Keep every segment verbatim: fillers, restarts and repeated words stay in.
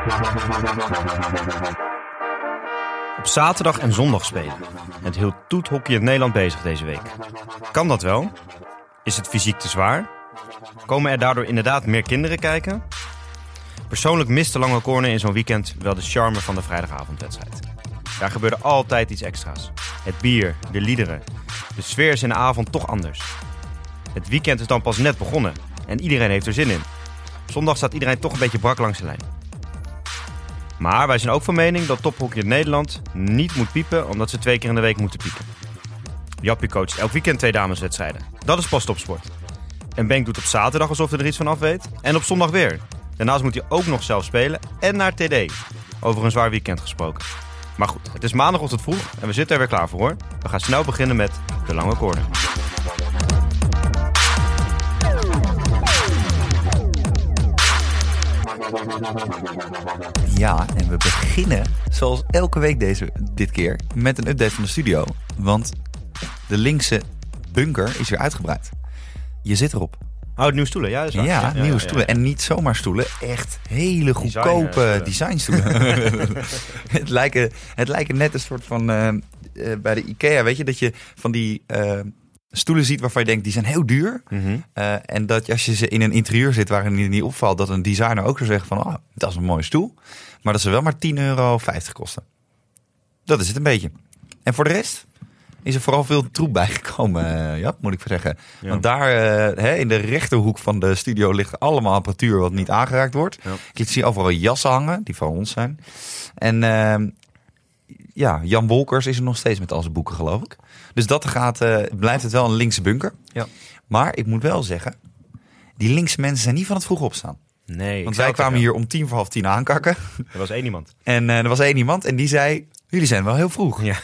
Op zaterdag en zondag spelen. Het hield toethockey in Nederland bezig deze week. Kan dat wel? Is het fysiek te zwaar? Komen er daardoor inderdaad meer kinderen kijken? Persoonlijk mist de lange corner in zo'n weekend wel de charme van de vrijdagavondwedstrijd. Daar gebeurde altijd iets extra's. Het bier, de liederen. De sfeer is in de avond toch anders. Het weekend is dan pas net begonnen en iedereen heeft er zin in. Zondag staat iedereen toch een beetje brak langs de lijn. Maar wij zijn ook van mening dat tophockey in Nederland niet moet piepen omdat ze twee keer in de week moeten piepen. Jappie coacht elk weekend twee dameswedstrijden. Dat is pas topsport. En Benk doet op zaterdag alsof hij er iets van af weet. En op zondag weer. Daarnaast moet hij ook nog zelf spelen en naar T D. Over een zwaar weekend gesproken. Maar goed, het is maandagochtend vroeg en we zitten er weer klaar voor hoor. We gaan snel beginnen met de lange corner. Ja, en we beginnen zoals elke week deze, dit keer met een update van de studio. Want de linkse bunker is weer uitgebreid. Je zit erop. Oh, nieuwe stoelen, ja. Dat is waar. Ja, ja, nieuwe ja, stoelen. ja, ja. En niet zomaar stoelen, echt hele goedkope designstoelen. het, lijken, het lijken net een soort van, uh, uh, bij de IKEA, weet je, dat je van die uh, stoelen ziet waarvan je denkt, die zijn heel duur. Mm-hmm. Uh, en dat als je ze in een interieur zit waarin het niet opvalt, dat een designer ook zou zeggen van, oh, dat is een mooie stoel. Maar dat ze wel maar tien euro vijftig kosten. Dat is het een beetje. En voor de rest is er vooral veel troep bijgekomen, uh, ja, moet ik zeggen. Ja. Want daar uh, hè, in de rechterhoek van de studio ligt allemaal apparatuur wat niet aangeraakt wordt. Ja. Ik zie overal jassen hangen, die van ons zijn. En uh, ja, Jan Wolkers is er nog steeds met al zijn boeken, geloof ik. Dus dat gaat, uh, blijft het wel een linkse bunker. Ja. Maar ik moet wel zeggen, die linkse mensen zijn niet van het vroeg opstaan. Nee. Want wij kwamen hier om tien voor half tien aankakken. Er was één iemand. En uh, er was één iemand en die zei, jullie zijn wel heel vroeg. Ja.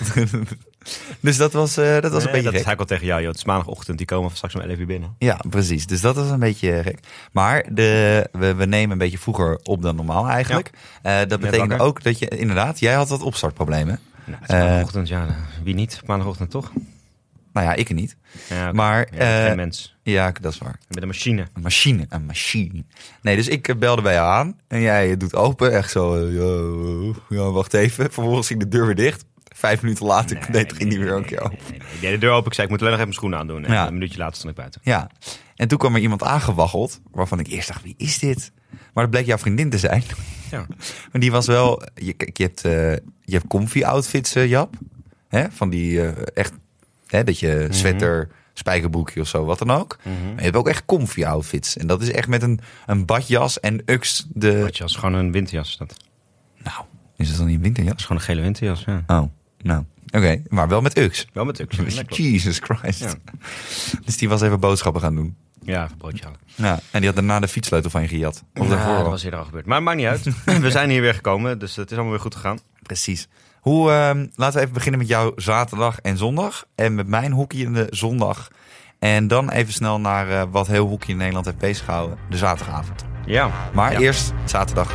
Dus dat was, uh, dat was nee, een beetje dat gek. zei ik al tegen jou, joh. Het is maandagochtend, die komen straks om elf uur binnen. Ja, precies. Dus dat was een beetje gek. Maar de, we, we nemen een beetje vroeger op dan normaal eigenlijk. Ja. Uh, dat betekent ook dat je, inderdaad, jij had wat opstartproblemen. Nou, het is maandagochtend, uh, ja. Wie niet? Maandagochtend toch? Nou ja, ik niet. Ja, okay. Maar ja, uh, geen mens. Ja, dat is waar. Met een machine. Een machine, een machine. Nee, dus ik belde bij jou aan. En jij doet open. Echt zo, uh, ja, wacht even. Vervolgens ging de deur weer dicht. Vijf minuten later nee, nee, ging die weer een keer open. Nee, nee. Ik deed de deur open. Ik zei, ik moet alleen nog even mijn schoenen aandoen. En ja. Een minuutje later stond ik buiten. Ja. En toen kwam er iemand aangewaggeld. Waarvan ik eerst dacht, wie is dit? Maar dat bleek jouw vriendin te zijn. Ja. Maar die was wel... Je, je hebt, uh, je hebt comfy outfits, uh, Jap. Hè? Van die uh, echt... Hè, dat je sweater... Mm-hmm. Spijkerbroekje of zo, wat dan ook. Mm-hmm. Maar je hebt ook echt comfy outfits. En dat is echt met een, een badjas en ux. De... Badjas, gewoon een winterjas. Dat. Nou, is het dan niet een winterjas? Het is gewoon een gele winterjas, ja. Oh, nou. Oké, okay, maar wel met ux. Wel met ux. Jesus Christ. Ja. Dus die was even boodschappen gaan doen. Ja, even broodje halen. Ja, en die had daarna de fietssleutel van je gejat. Of ja, dat was eerder al gebeurd. Maar het maakt niet uit. We zijn hier weer gekomen, dus het is allemaal weer goed gegaan. Precies. Hoe, uh, laten we even beginnen met jouw zaterdag en zondag. En met mijn hockeyende zondag. En dan even snel naar uh, wat heel hockey in Nederland heeft bezighouden. De zaterdagavond. Ja. Maar ja. eerst zaterdag.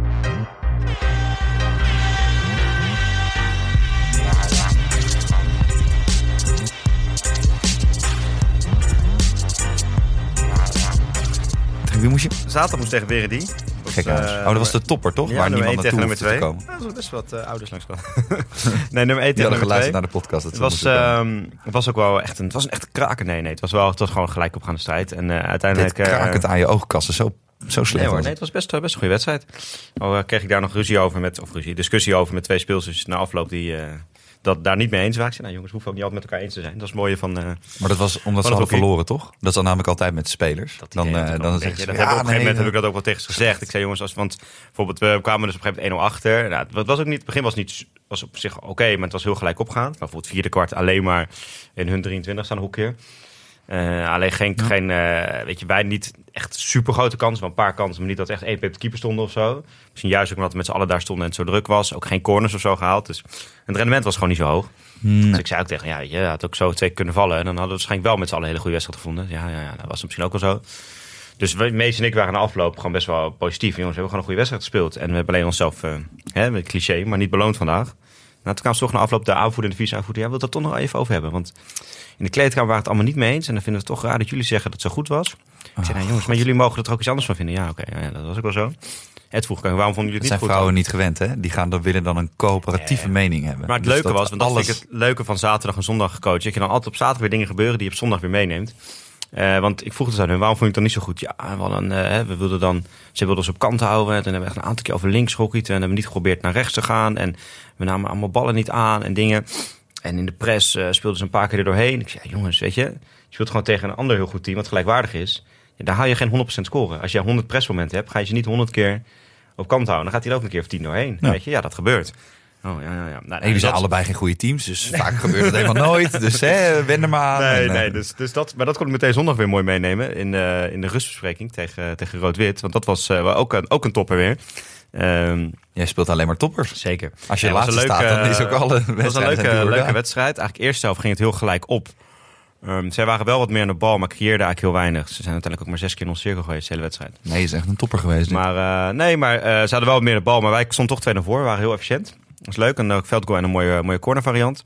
Wie moest je? Zaterdag moest tegen Weredi. Gek uh, oh, dat was de topper, toch? Ja, waar niemand naartoe nummer twee. te komen. Ja, er zijn best wat uh, ouders langs kwamen. Nee, nummer één tegen nummer twee. naar de podcast. Het was, uh, het was ook wel echt een, het was een echte kraker. Nee, nee, het was wel, het was gewoon gelijk opgaande strijd. En uh, uiteindelijk... Dit krakend uh, aan je oogkassen, zo, zo slecht. Nee hoor, nee, het was best, best een goede wedstrijd. Oh, uh, kreeg ik daar nog ruzie over met, of ruzie, discussie over met twee speelsters na afloop die... Uh, dat daar niet mee eens waren. Ik zei, nou jongens, hoeven ook niet altijd met elkaar eens te zijn. Dat is het mooie van... Uh, maar dat was omdat ze hadden verloren, toch? Dat is dan namelijk altijd met de spelers. Dat dan uh, dan zeggen ze... Ja, op een gegeven moment heb ik dat ook wel tegen ze gezegd. Ik zei, jongens, als, want bijvoorbeeld, we kwamen dus op een gegeven moment één nul achter. Nou, het was ook niet, het begin was, niet, was op zich oké, okay, maar het was heel gelijk opgaand. Maar bijvoorbeeld vierde kwart alleen maar in hun drieëntwintig staan hoekje. Uh, alleen geen, ja. geen uh, weet je, wij niet echt super grote kansen, maar een paar kansen, maar niet dat echt één pip de keeper stonden of zo. Misschien juist ook omdat we met z'n allen daar stonden en het zo druk was. Ook geen corners of zo gehaald. Dus het rendement was gewoon niet zo hoog. Nee. Dus ik zei ook tegen ja, je had ook zo twee kunnen vallen. En dan hadden we waarschijnlijk wel met z'n allen een hele goede wedstrijd gevonden. Ja, ja, ja, dat was misschien ook wel zo. Dus we, Mees en ik waren na afloop gewoon best wel positief. Jongens, we hebben gewoon een goede wedstrijd gespeeld. En we hebben alleen onszelf, uh, hè, met cliché, maar niet beloond vandaag. Nou, toen kwam ze toch na afloop de aanvoerder en de vice-aanvoerder. Ja, we willen het er toch nog even over hebben. Want in de kleedkamer waren het allemaal niet mee eens. En dan vinden we het toch raar dat jullie zeggen dat het zo goed was. Ik zei, nou jongens, maar jullie mogen er ook iets anders van vinden. Ja, oké, okay, ja, dat was ook wel zo. Ed vroeg, waarom vonden jullie het Dat niet zijn goed? vrouwen niet gewend, hè? Die gaan dan willen dan een coöperatieve Ja. mening hebben. Maar het Dus leuke dat was, want dat alles... vind ik het leuke van zaterdag en zondag coachen. Dat je dan altijd op zaterdag weer dingen gebeuren die je op zondag weer meeneemt. Uh, want ik vroeg dus aan hun, waarom vond je het dan niet zo goed? Ja, we, hadden, uh, we wilden dan, ze wilden ons op kant houden. En toen hebben we echt een aantal keer over links gehockeyd. En hebben we niet geprobeerd naar rechts te gaan. En we namen allemaal ballen niet aan en dingen. En in de press uh, speelden ze een paar keer er doorheen. Ik zei, ja, jongens, weet je, je speelt gewoon tegen een ander heel goed team wat gelijkwaardig is. Ja, daar haal je geen honderd procent scoren. Als je honderd pressmomenten hebt, ga je ze niet honderd keer op kant houden. Dan gaat hij er ook een keer of tien doorheen. Ja. Weet je, ja, dat gebeurt. Oh, ja, ja, ja. Nou, en jullie zijn dat... allebei geen goede teams, dus nee. Vaak gebeurt het helemaal nooit. Dus hè, wend er maar aan. Nee, en, nee dus, dus dat, maar dat kon ik meteen zondag weer mooi meenemen in, uh, in de rustbespreking tegen, tegen Rood-Wit. Want dat was uh, ook, een, ook een topper weer. Um, Jij speelt alleen maar toppers. Zeker. Als je ja, laatste leuke, staat, dan is ook alle wedstrijden. Het was een leuke, leuke wedstrijd. Eigenlijk eerste helft ging het heel gelijk op. Um, zij waren wel wat meer aan de bal, maar creëerden eigenlijk heel weinig. Ze zijn uiteindelijk ook maar zes keer in ons cirkel geweest, de hele wedstrijd. Nee, is echt een topper geweest. Maar uh, nee, maar uh, ze hadden wel wat meer de bal, maar wij stonden toch twee naar voor. We waren heel efficiënt. Dat is leuk. Een veldgoal en een mooie, mooie corner variant.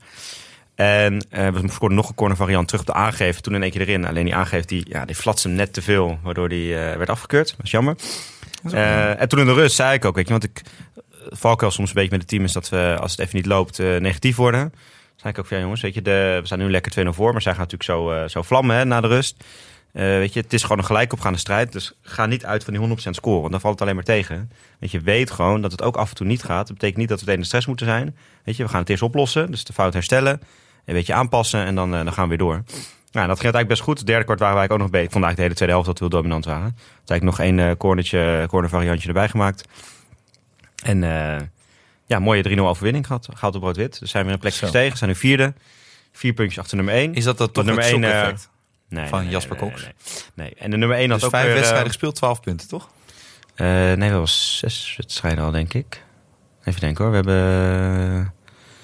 En uh, we scoorden nog een corner variant terug op de aangeven. Toen in één keer erin. Alleen die aangeef, die, ja, die flatste hem net te veel, waardoor die uh, werd afgekeurd. Dat is jammer. Dat is uh, en toen in de rust zei ik ook, weet je, want ik valkuil soms een beetje met het team is dat we, als het even niet loopt, uh, negatief worden. Zei ik ook van, ja, jongens, weet je, de, we staan nu lekker twee nul voor, maar zij gaan natuurlijk zo, uh, zo vlammen hè, na de rust. Uh, weet je, het is gewoon een gelijkopgaande strijd, dus ga niet uit van die honderd procent scoren, want dan valt het alleen maar tegen. Weet je, weet gewoon dat het ook af en toe niet gaat. Dat betekent niet dat we meteen in de stress moeten zijn. Weet je, we gaan het eerst oplossen, dus de fout herstellen, een beetje aanpassen en dan, uh, dan gaan we weer door. Nou, dat ging eigenlijk best goed. Het derde kwart waren wij ook nog beter. Ik vond eigenlijk de hele tweede helft dat we heel dominant waren. Toen heb ik nog één uh, cornertje, corner variantje erbij gemaakt. En uh, ja, mooie drie nul overwinning gehad, gehad op Rood-Wit. Dus zijn we weer een plekje Zo. gestegen. Zijn nu vierde. Vier puntjes achter nummer één. Is dat dat toch nummer het één, shock-effect uh, nee, van nee, Jasper nee, Cox? Nee, nee, nee. En de nummer één had dus ook vijf weer... wedstrijden uh, gespeeld, twaalf punten, toch? Uh, nee, we hebben zes wedstrijden al, denk ik. Even denken hoor. We hebben...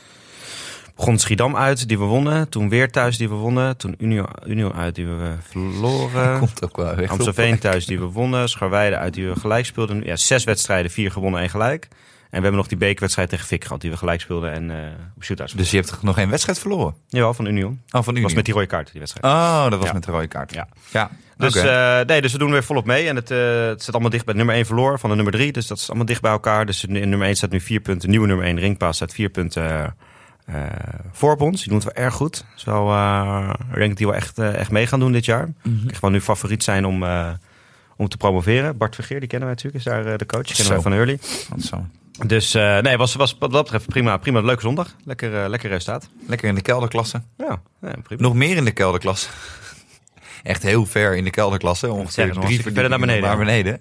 Begon Schiedam uit, die we wonnen. Toen weer thuis, die we wonnen. Toen Unio, Unio uit, die we verloren. Komt ook wel echt Amstelveen thuis, die we wonnen. Scharweide uit, die we gelijk speelden. Ja, zes wedstrijden, vier gewonnen, één gelijk. En we hebben nog die bekerwedstrijd tegen Fik gehad, die we gelijk speelden en uh, op shootouts. Dus je hebt nog geen wedstrijd verloren? Jawel, van Union. Oh, van Union. Dat was met die rode kaart, die wedstrijd. Oh, dat was ja. met de rode kaart. Ja. ja. Dus, okay. uh, nee, dus we doen weer volop mee. En het, uh, het zit allemaal dicht bij nummer één verloor van de nummer drie. Dus dat is allemaal dicht bij elkaar. Dus nummer één staat nu vier punten. Nieuwe nummer één, Ringpaas, staat vier punten uh, uh, voor op ons. Die doen het wel erg goed. Dus wel, uh, ik denk dat die wel echt, uh, echt mee gaan doen dit jaar. Mm-hmm. Echt wel nu favoriet zijn om, uh, om te promoveren. Bart Vergeer, die kennen wij natuurlijk, is daar uh, de coach. Die kennen wij van Hurley. Zo. Dus uh, nee, was, was wat dat betreft prima, prima leuke zondag. Lekker, uh, lekker resultaat. Lekker in de kelderklasse. Ja, ja, prima. Nog meer in de kelderklasse. Echt heel ver in de kelderklasse. Ongeveer ja, drie verder naar beneden. Naar beneden.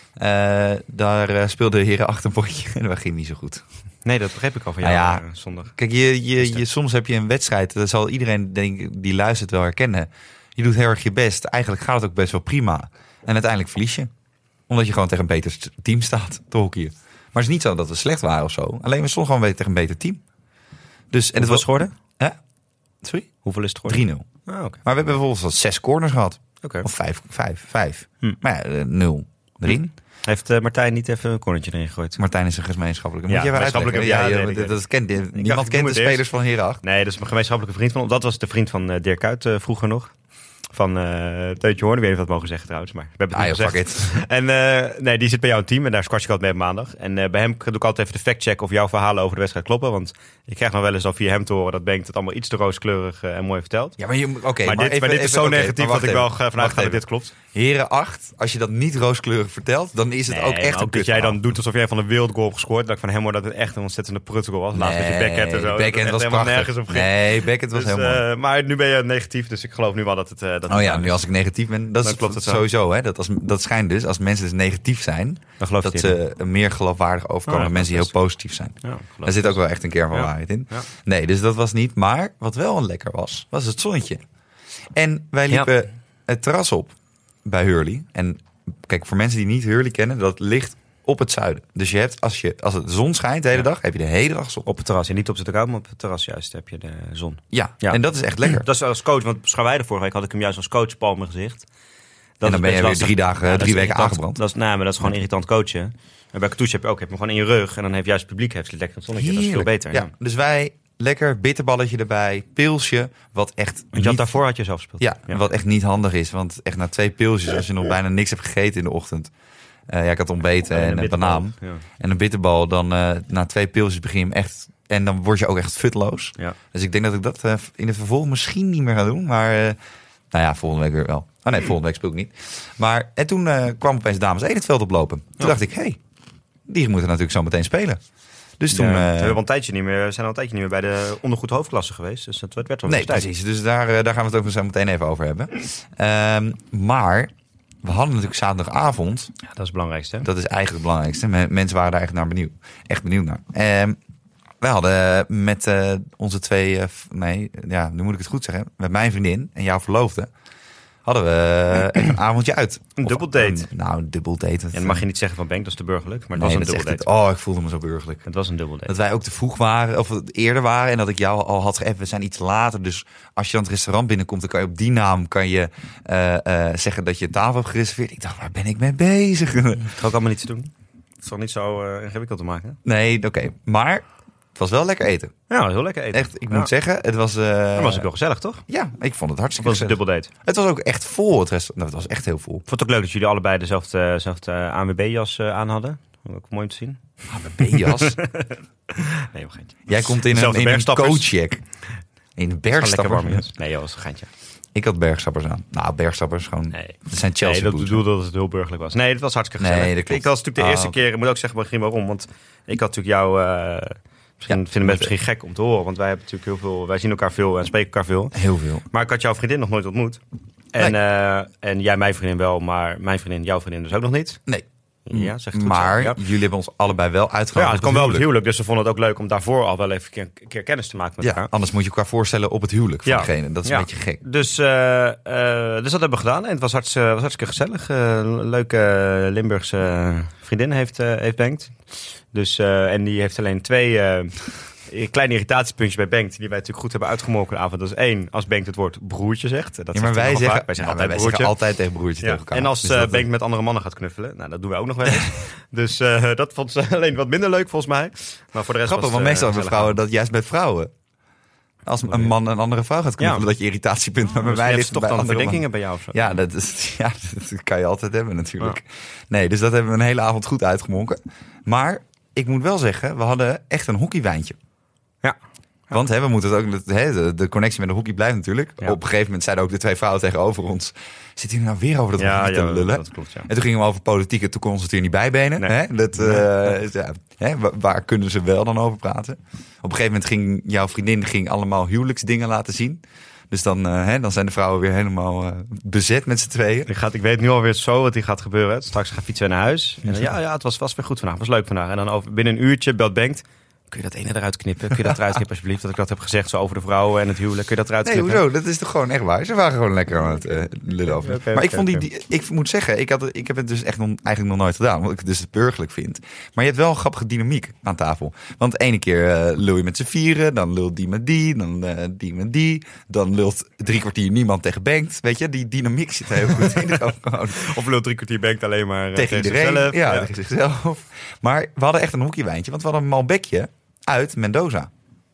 Uh, daar uh, speelde Heren acht een potje en dat ging niet zo goed. Nee, dat begreep ik al van jou nou ja, uh, zondag. Kijk, je, je, je, soms heb je een wedstrijd. Dat zal iedereen denk ik, die luistert wel herkennen. Je doet heel erg je best. Eigenlijk gaat het ook best wel prima. En uiteindelijk verlies je. Omdat je gewoon tegen een beter team staat te hockeyen. Maar het is niet zo dat we slecht waren of zo. Alleen we stonden gewoon tegen een beter team. Dus, en het was geworden? Hè? Sorry? Hoeveel is het geworden? drie nul. Ah, okay. Maar we hebben bijvoorbeeld al zes corners gehad. Okay. Of vijf, vijf, vijf. Hm. Maar ja, nul erin. Hm. Heeft uh, Martijn niet even een cornertje erin gegooid? Martijn is een gemeenschappelijke. Moet ja, je even uitleggen? Ja, ja, nee, dat, dat kent, niemand dacht, kent de spelers eerst. Van Heren acht. Nee, dat is mijn gemeenschappelijke vriend van. Dat was de vriend van uh, Dirk Kuyt uh, vroeger nog. Van uh, Teutje Hoorn. Ik weet niet of dat mogen zeggen trouwens. Maar we hebben het ah, niet gezegd. En uh, nee, die zit bij jouw team. En daar squash ik altijd mee op maandag. En uh, bij hem doe ik altijd even de fact-check of jouw verhalen over de wedstrijd kloppen. Want ik krijg nog wel eens al via hem te horen dat Bengt het allemaal iets te rooskleurig uh, en mooi vertelt. Ja, maar, je, okay, maar, maar, dit, even, maar dit is even, zo okay, negatief dat ik wel vanuit ga dat dit klopt. Heren acht, als je dat niet rooskleurig vertelt, dan is het nee, ook echt ook een dat jij dan doet alsof jij van een wereldgoal hebt gescoord. Dat ik van hem hoor dat het echt een ontzettende pruttelgoal was. Laatst met je backhand en zo. Backhand was prachtig. Nee, backhand was dus, heel mooi. Uh, maar nu ben je negatief, dus ik geloof nu wel dat het... Uh, dat oh het ja, nu als ik negatief ben, dat, is, klopt het sowieso. Hè, dat, als, dat schijnt dus, als mensen dus negatief zijn, dan dat ze uh, meer geloofwaardig overkomen oh, dan mensen die heel positief zijn. Ja, daar zit ook wel echt een keer van ja. waarheid in. Ja. Nee, dus dat was niet. Maar wat wel lekker was, was het zonnetje. En wij liepen ja. het terras op bij Hurley. En kijk, voor mensen die niet Hurley kennen, dat ligt op het zuiden. Dus je hebt, als, je, als het de zon schijnt de hele ja. dag, heb je de hele dag zon. Op het terras. En niet op z'n koud, maar op het terras juist heb je de zon. Ja, ja. En dat is echt lekker. Dat is als coach, want Scharweide vorige week had ik hem juist als coach palm in mijn gezicht. Dat en dan ben je weer drie dagen, ja, drie weken aangebrand. Dat is, nou, maar dat is gewoon irritant coachen. En bij Cartouche heb je ook, heb je hem gewoon in je rug. En dan heeft juist het publiek heeft het lekker het zonnetje. Heerlijk. Dat is veel beter. Ja. Ja. Dus wij lekker bitterballetje erbij, pilsje, wat echt. Want je niet... had daarvoor had je zelf gespeeld. Ja, ja, wat echt niet handig is. Want echt na twee pilsjes, als je nog bijna niks hebt gegeten in de ochtend. Uh, ja, ik had ontbeten en, en een een banaan. Ja. En een bitterbal. Dan uh, na twee pilsjes begin je hem echt... En dan word je ook echt futloos. Ja. Dus ik denk dat ik dat uh, in het vervolg misschien niet meer ga doen. Maar uh, nou ja, volgende week weer wel. Oh nee, volgende week speel ik niet. Maar en toen uh, kwam opeens dames één het veld oplopen. Toen ja. dacht ik, hé, hey, die moeten natuurlijk zo meteen spelen. Dus toen... Ja, Uh, we hebben al een tijdje niet meer, zijn al een tijdje niet meer bij de ondergoed hoofdklasse geweest. Dus dat werd wel Nee, tijd. precies. Dus daar, uh, daar gaan we het ook zo meteen even over hebben. Um, maar we hadden natuurlijk zaterdagavond... Ja, dat is het belangrijkste. Hè? Dat is eigenlijk het belangrijkste. Men, mensen waren daar echt naar benieuwd. Echt benieuwd naar. Um, wij hadden met uh, onze twee... Uh, nee, ja, nu moet ik het goed zeggen. Met mijn vriendin en jouw verloofde... hadden we even een avondje uit. Een dubbeldate. Nou, een dubbeldate. En dat mag je niet zeggen van Benk, dat is te burgerlijk. Maar het nee, was een dat dubbeldate. Oh, ik voelde me zo burgerlijk. Het was een dubbeldate. Dat wij ook te vroeg waren, of eerder waren. En dat ik jou al had gegeven, we zijn iets later. Dus als je dan het restaurant binnenkomt, dan kan je op die naam kan je, uh, uh, zeggen dat je een tafel hebt gereserveerd. Ik dacht, waar ben ik mee bezig? Dat ga ik allemaal niet te doen. Het is toch niet zo uh, ingewikkeld te maken? Nee, oké. Okay. Maar... Het was wel lekker eten. Ja, heel lekker eten. Echt, ik ja. moet zeggen, het was... Uh... Dat was ook wel gezellig, toch? Ja, ik vond het hartstikke was gezellig. Het was een dubbeldate. Het was ook echt vol, het restaurant. Nou, het was echt heel vol. Ik vond het ook leuk dat jullie allebei dezelfde, dezelfde A N W B-jas uh, aan hadden. Ook mooi om te zien. A N W B-jas? Nee, een geintje. Jij komt in een, in een coachjack. In een bergstappers. Nee, dat was een geintje. Ik had bergstappers aan. Nou, bergstappers gewoon... Nee. Dat zijn Chelsea Nee, dat bedoelde dat het heel burgerlijk was. Nee, dat was hartstikke gezellig. Nee, dat klopt. Ik was natuurlijk de oh, eerste okay. keer... Ik moet ook zeggen, misschien waarom. Want ik had natuurlijk jou... Uh, Misschien ja, vinden mensen misschien gek om te horen, want wij hebben natuurlijk heel veel, wij zien elkaar veel en spreken elkaar veel. Heel veel. Maar ik had jouw vriendin nog nooit ontmoet. En, nee. uh, en jij mijn vriendin wel, maar mijn vriendin, jouw vriendin dus ook nog niet. Nee. Ja, zeg het goed maar zo, ja. jullie hebben ons allebei wel uitgenodigd. Ja, het kwam wel op het huwelijk, dus we vonden het ook leuk om daarvoor al wel even een keer, een keer kennis te maken met ja, elkaar. Anders moet je elkaar voorstellen op het huwelijk van ja. degene. Dat is ja. een beetje gek. Dus, uh, uh, dus dat hebben we gedaan en het was hartstikke, was hartstikke gezellig. Uh, een leuke uh, Limburgse vriendin heeft, uh, heeft Bengt. Dus, uh, en die heeft alleen twee... Uh, Een klein irritatiepuntje bij Bengt, die wij natuurlijk goed hebben uitgemolken de avond. Dat is één, als Bengt het woord broertje zegt. Dat ja, maar wij zeggen, vaak. wij zeggen ja, altijd wij broertje. zeggen altijd tegen broertje ja. tegen elkaar. En als dus uh, dat Bengt met andere mannen gaat knuffelen, nou dat doen wij ook nog wel eens. Dus uh, dat vond ze alleen wat minder leuk volgens mij. Maar voor de rest grappig, was want uh, meestal met vrouwen dat juist bij vrouwen. Als een man een andere vrouw gaat knuffelen, ja. dat je irritatiepunt. Maar bij mij ligt toch dan verdenkingen bij jou of zo? Ja dat, is, ja, dat kan je altijd hebben natuurlijk. Ja. Nee, dus dat hebben we een hele avond goed uitgemolken. Maar ik moet wel zeggen, we hadden echt een hockeywijntje. Ja. Ja. Want hè, we moeten het ook, hè, de, de connectie met de hockey blijft natuurlijk. Ja. Op een gegeven moment zeiden ook de twee vrouwen tegenover ons: zit hier nou weer over dat ja, hockey te ja, lullen? Dat klopt, ja. En toen gingen we over politiek en toen kon ze het hier niet bijbenen. Nee. Hè? Dat, nee. uh, ja, hè, waar kunnen ze wel dan over praten? Op een gegeven moment ging jouw vriendin ging allemaal huwelijksdingen laten zien. Dus dan, uh, hè, dan zijn de vrouwen weer helemaal uh, bezet met z'n tweeën. Ik, gaat, ik weet nu alweer zo wat hier gaat gebeuren. Straks gaat fietsen naar huis. En dan, ja, ja, het was, was weer goed vandaag. Het was leuk vandaag. En dan over, binnen een uurtje belt Bengt. Kun je dat ene eruit knippen? Kun je dat eruit knippen alsjeblieft? Dat ik dat heb gezegd zo over de vrouwen en het huwelijk. Kun je dat eruit nee, knippen? hoezo? Dat is toch gewoon echt waar? Ze waren gewoon lekker aan het uh, lullen over. Okay, maar okay, ik vond die, okay. die, ik moet zeggen, ik, had, ik heb het dus echt nog, eigenlijk nog nooit gedaan. Omdat ik het dus het burgerlijk vind. Maar je hebt wel een grappige dynamiek aan tafel. Want de ene keer uh, lul je met z'n vieren. Dan lult die met die. Dan uh, die met die. Dan lult drie kwartier niemand tegen Bengt. Weet je, die dynamiek zit heel goed in. Gewoon. Of lult drie kwartier Bengt alleen maar uh, tegen, tegen iedereen. Zichzelf. Ja, ja, tegen zichzelf. Maar we hadden echt een hockeywijntje. Want we hadden een Malbecje uit Mendoza.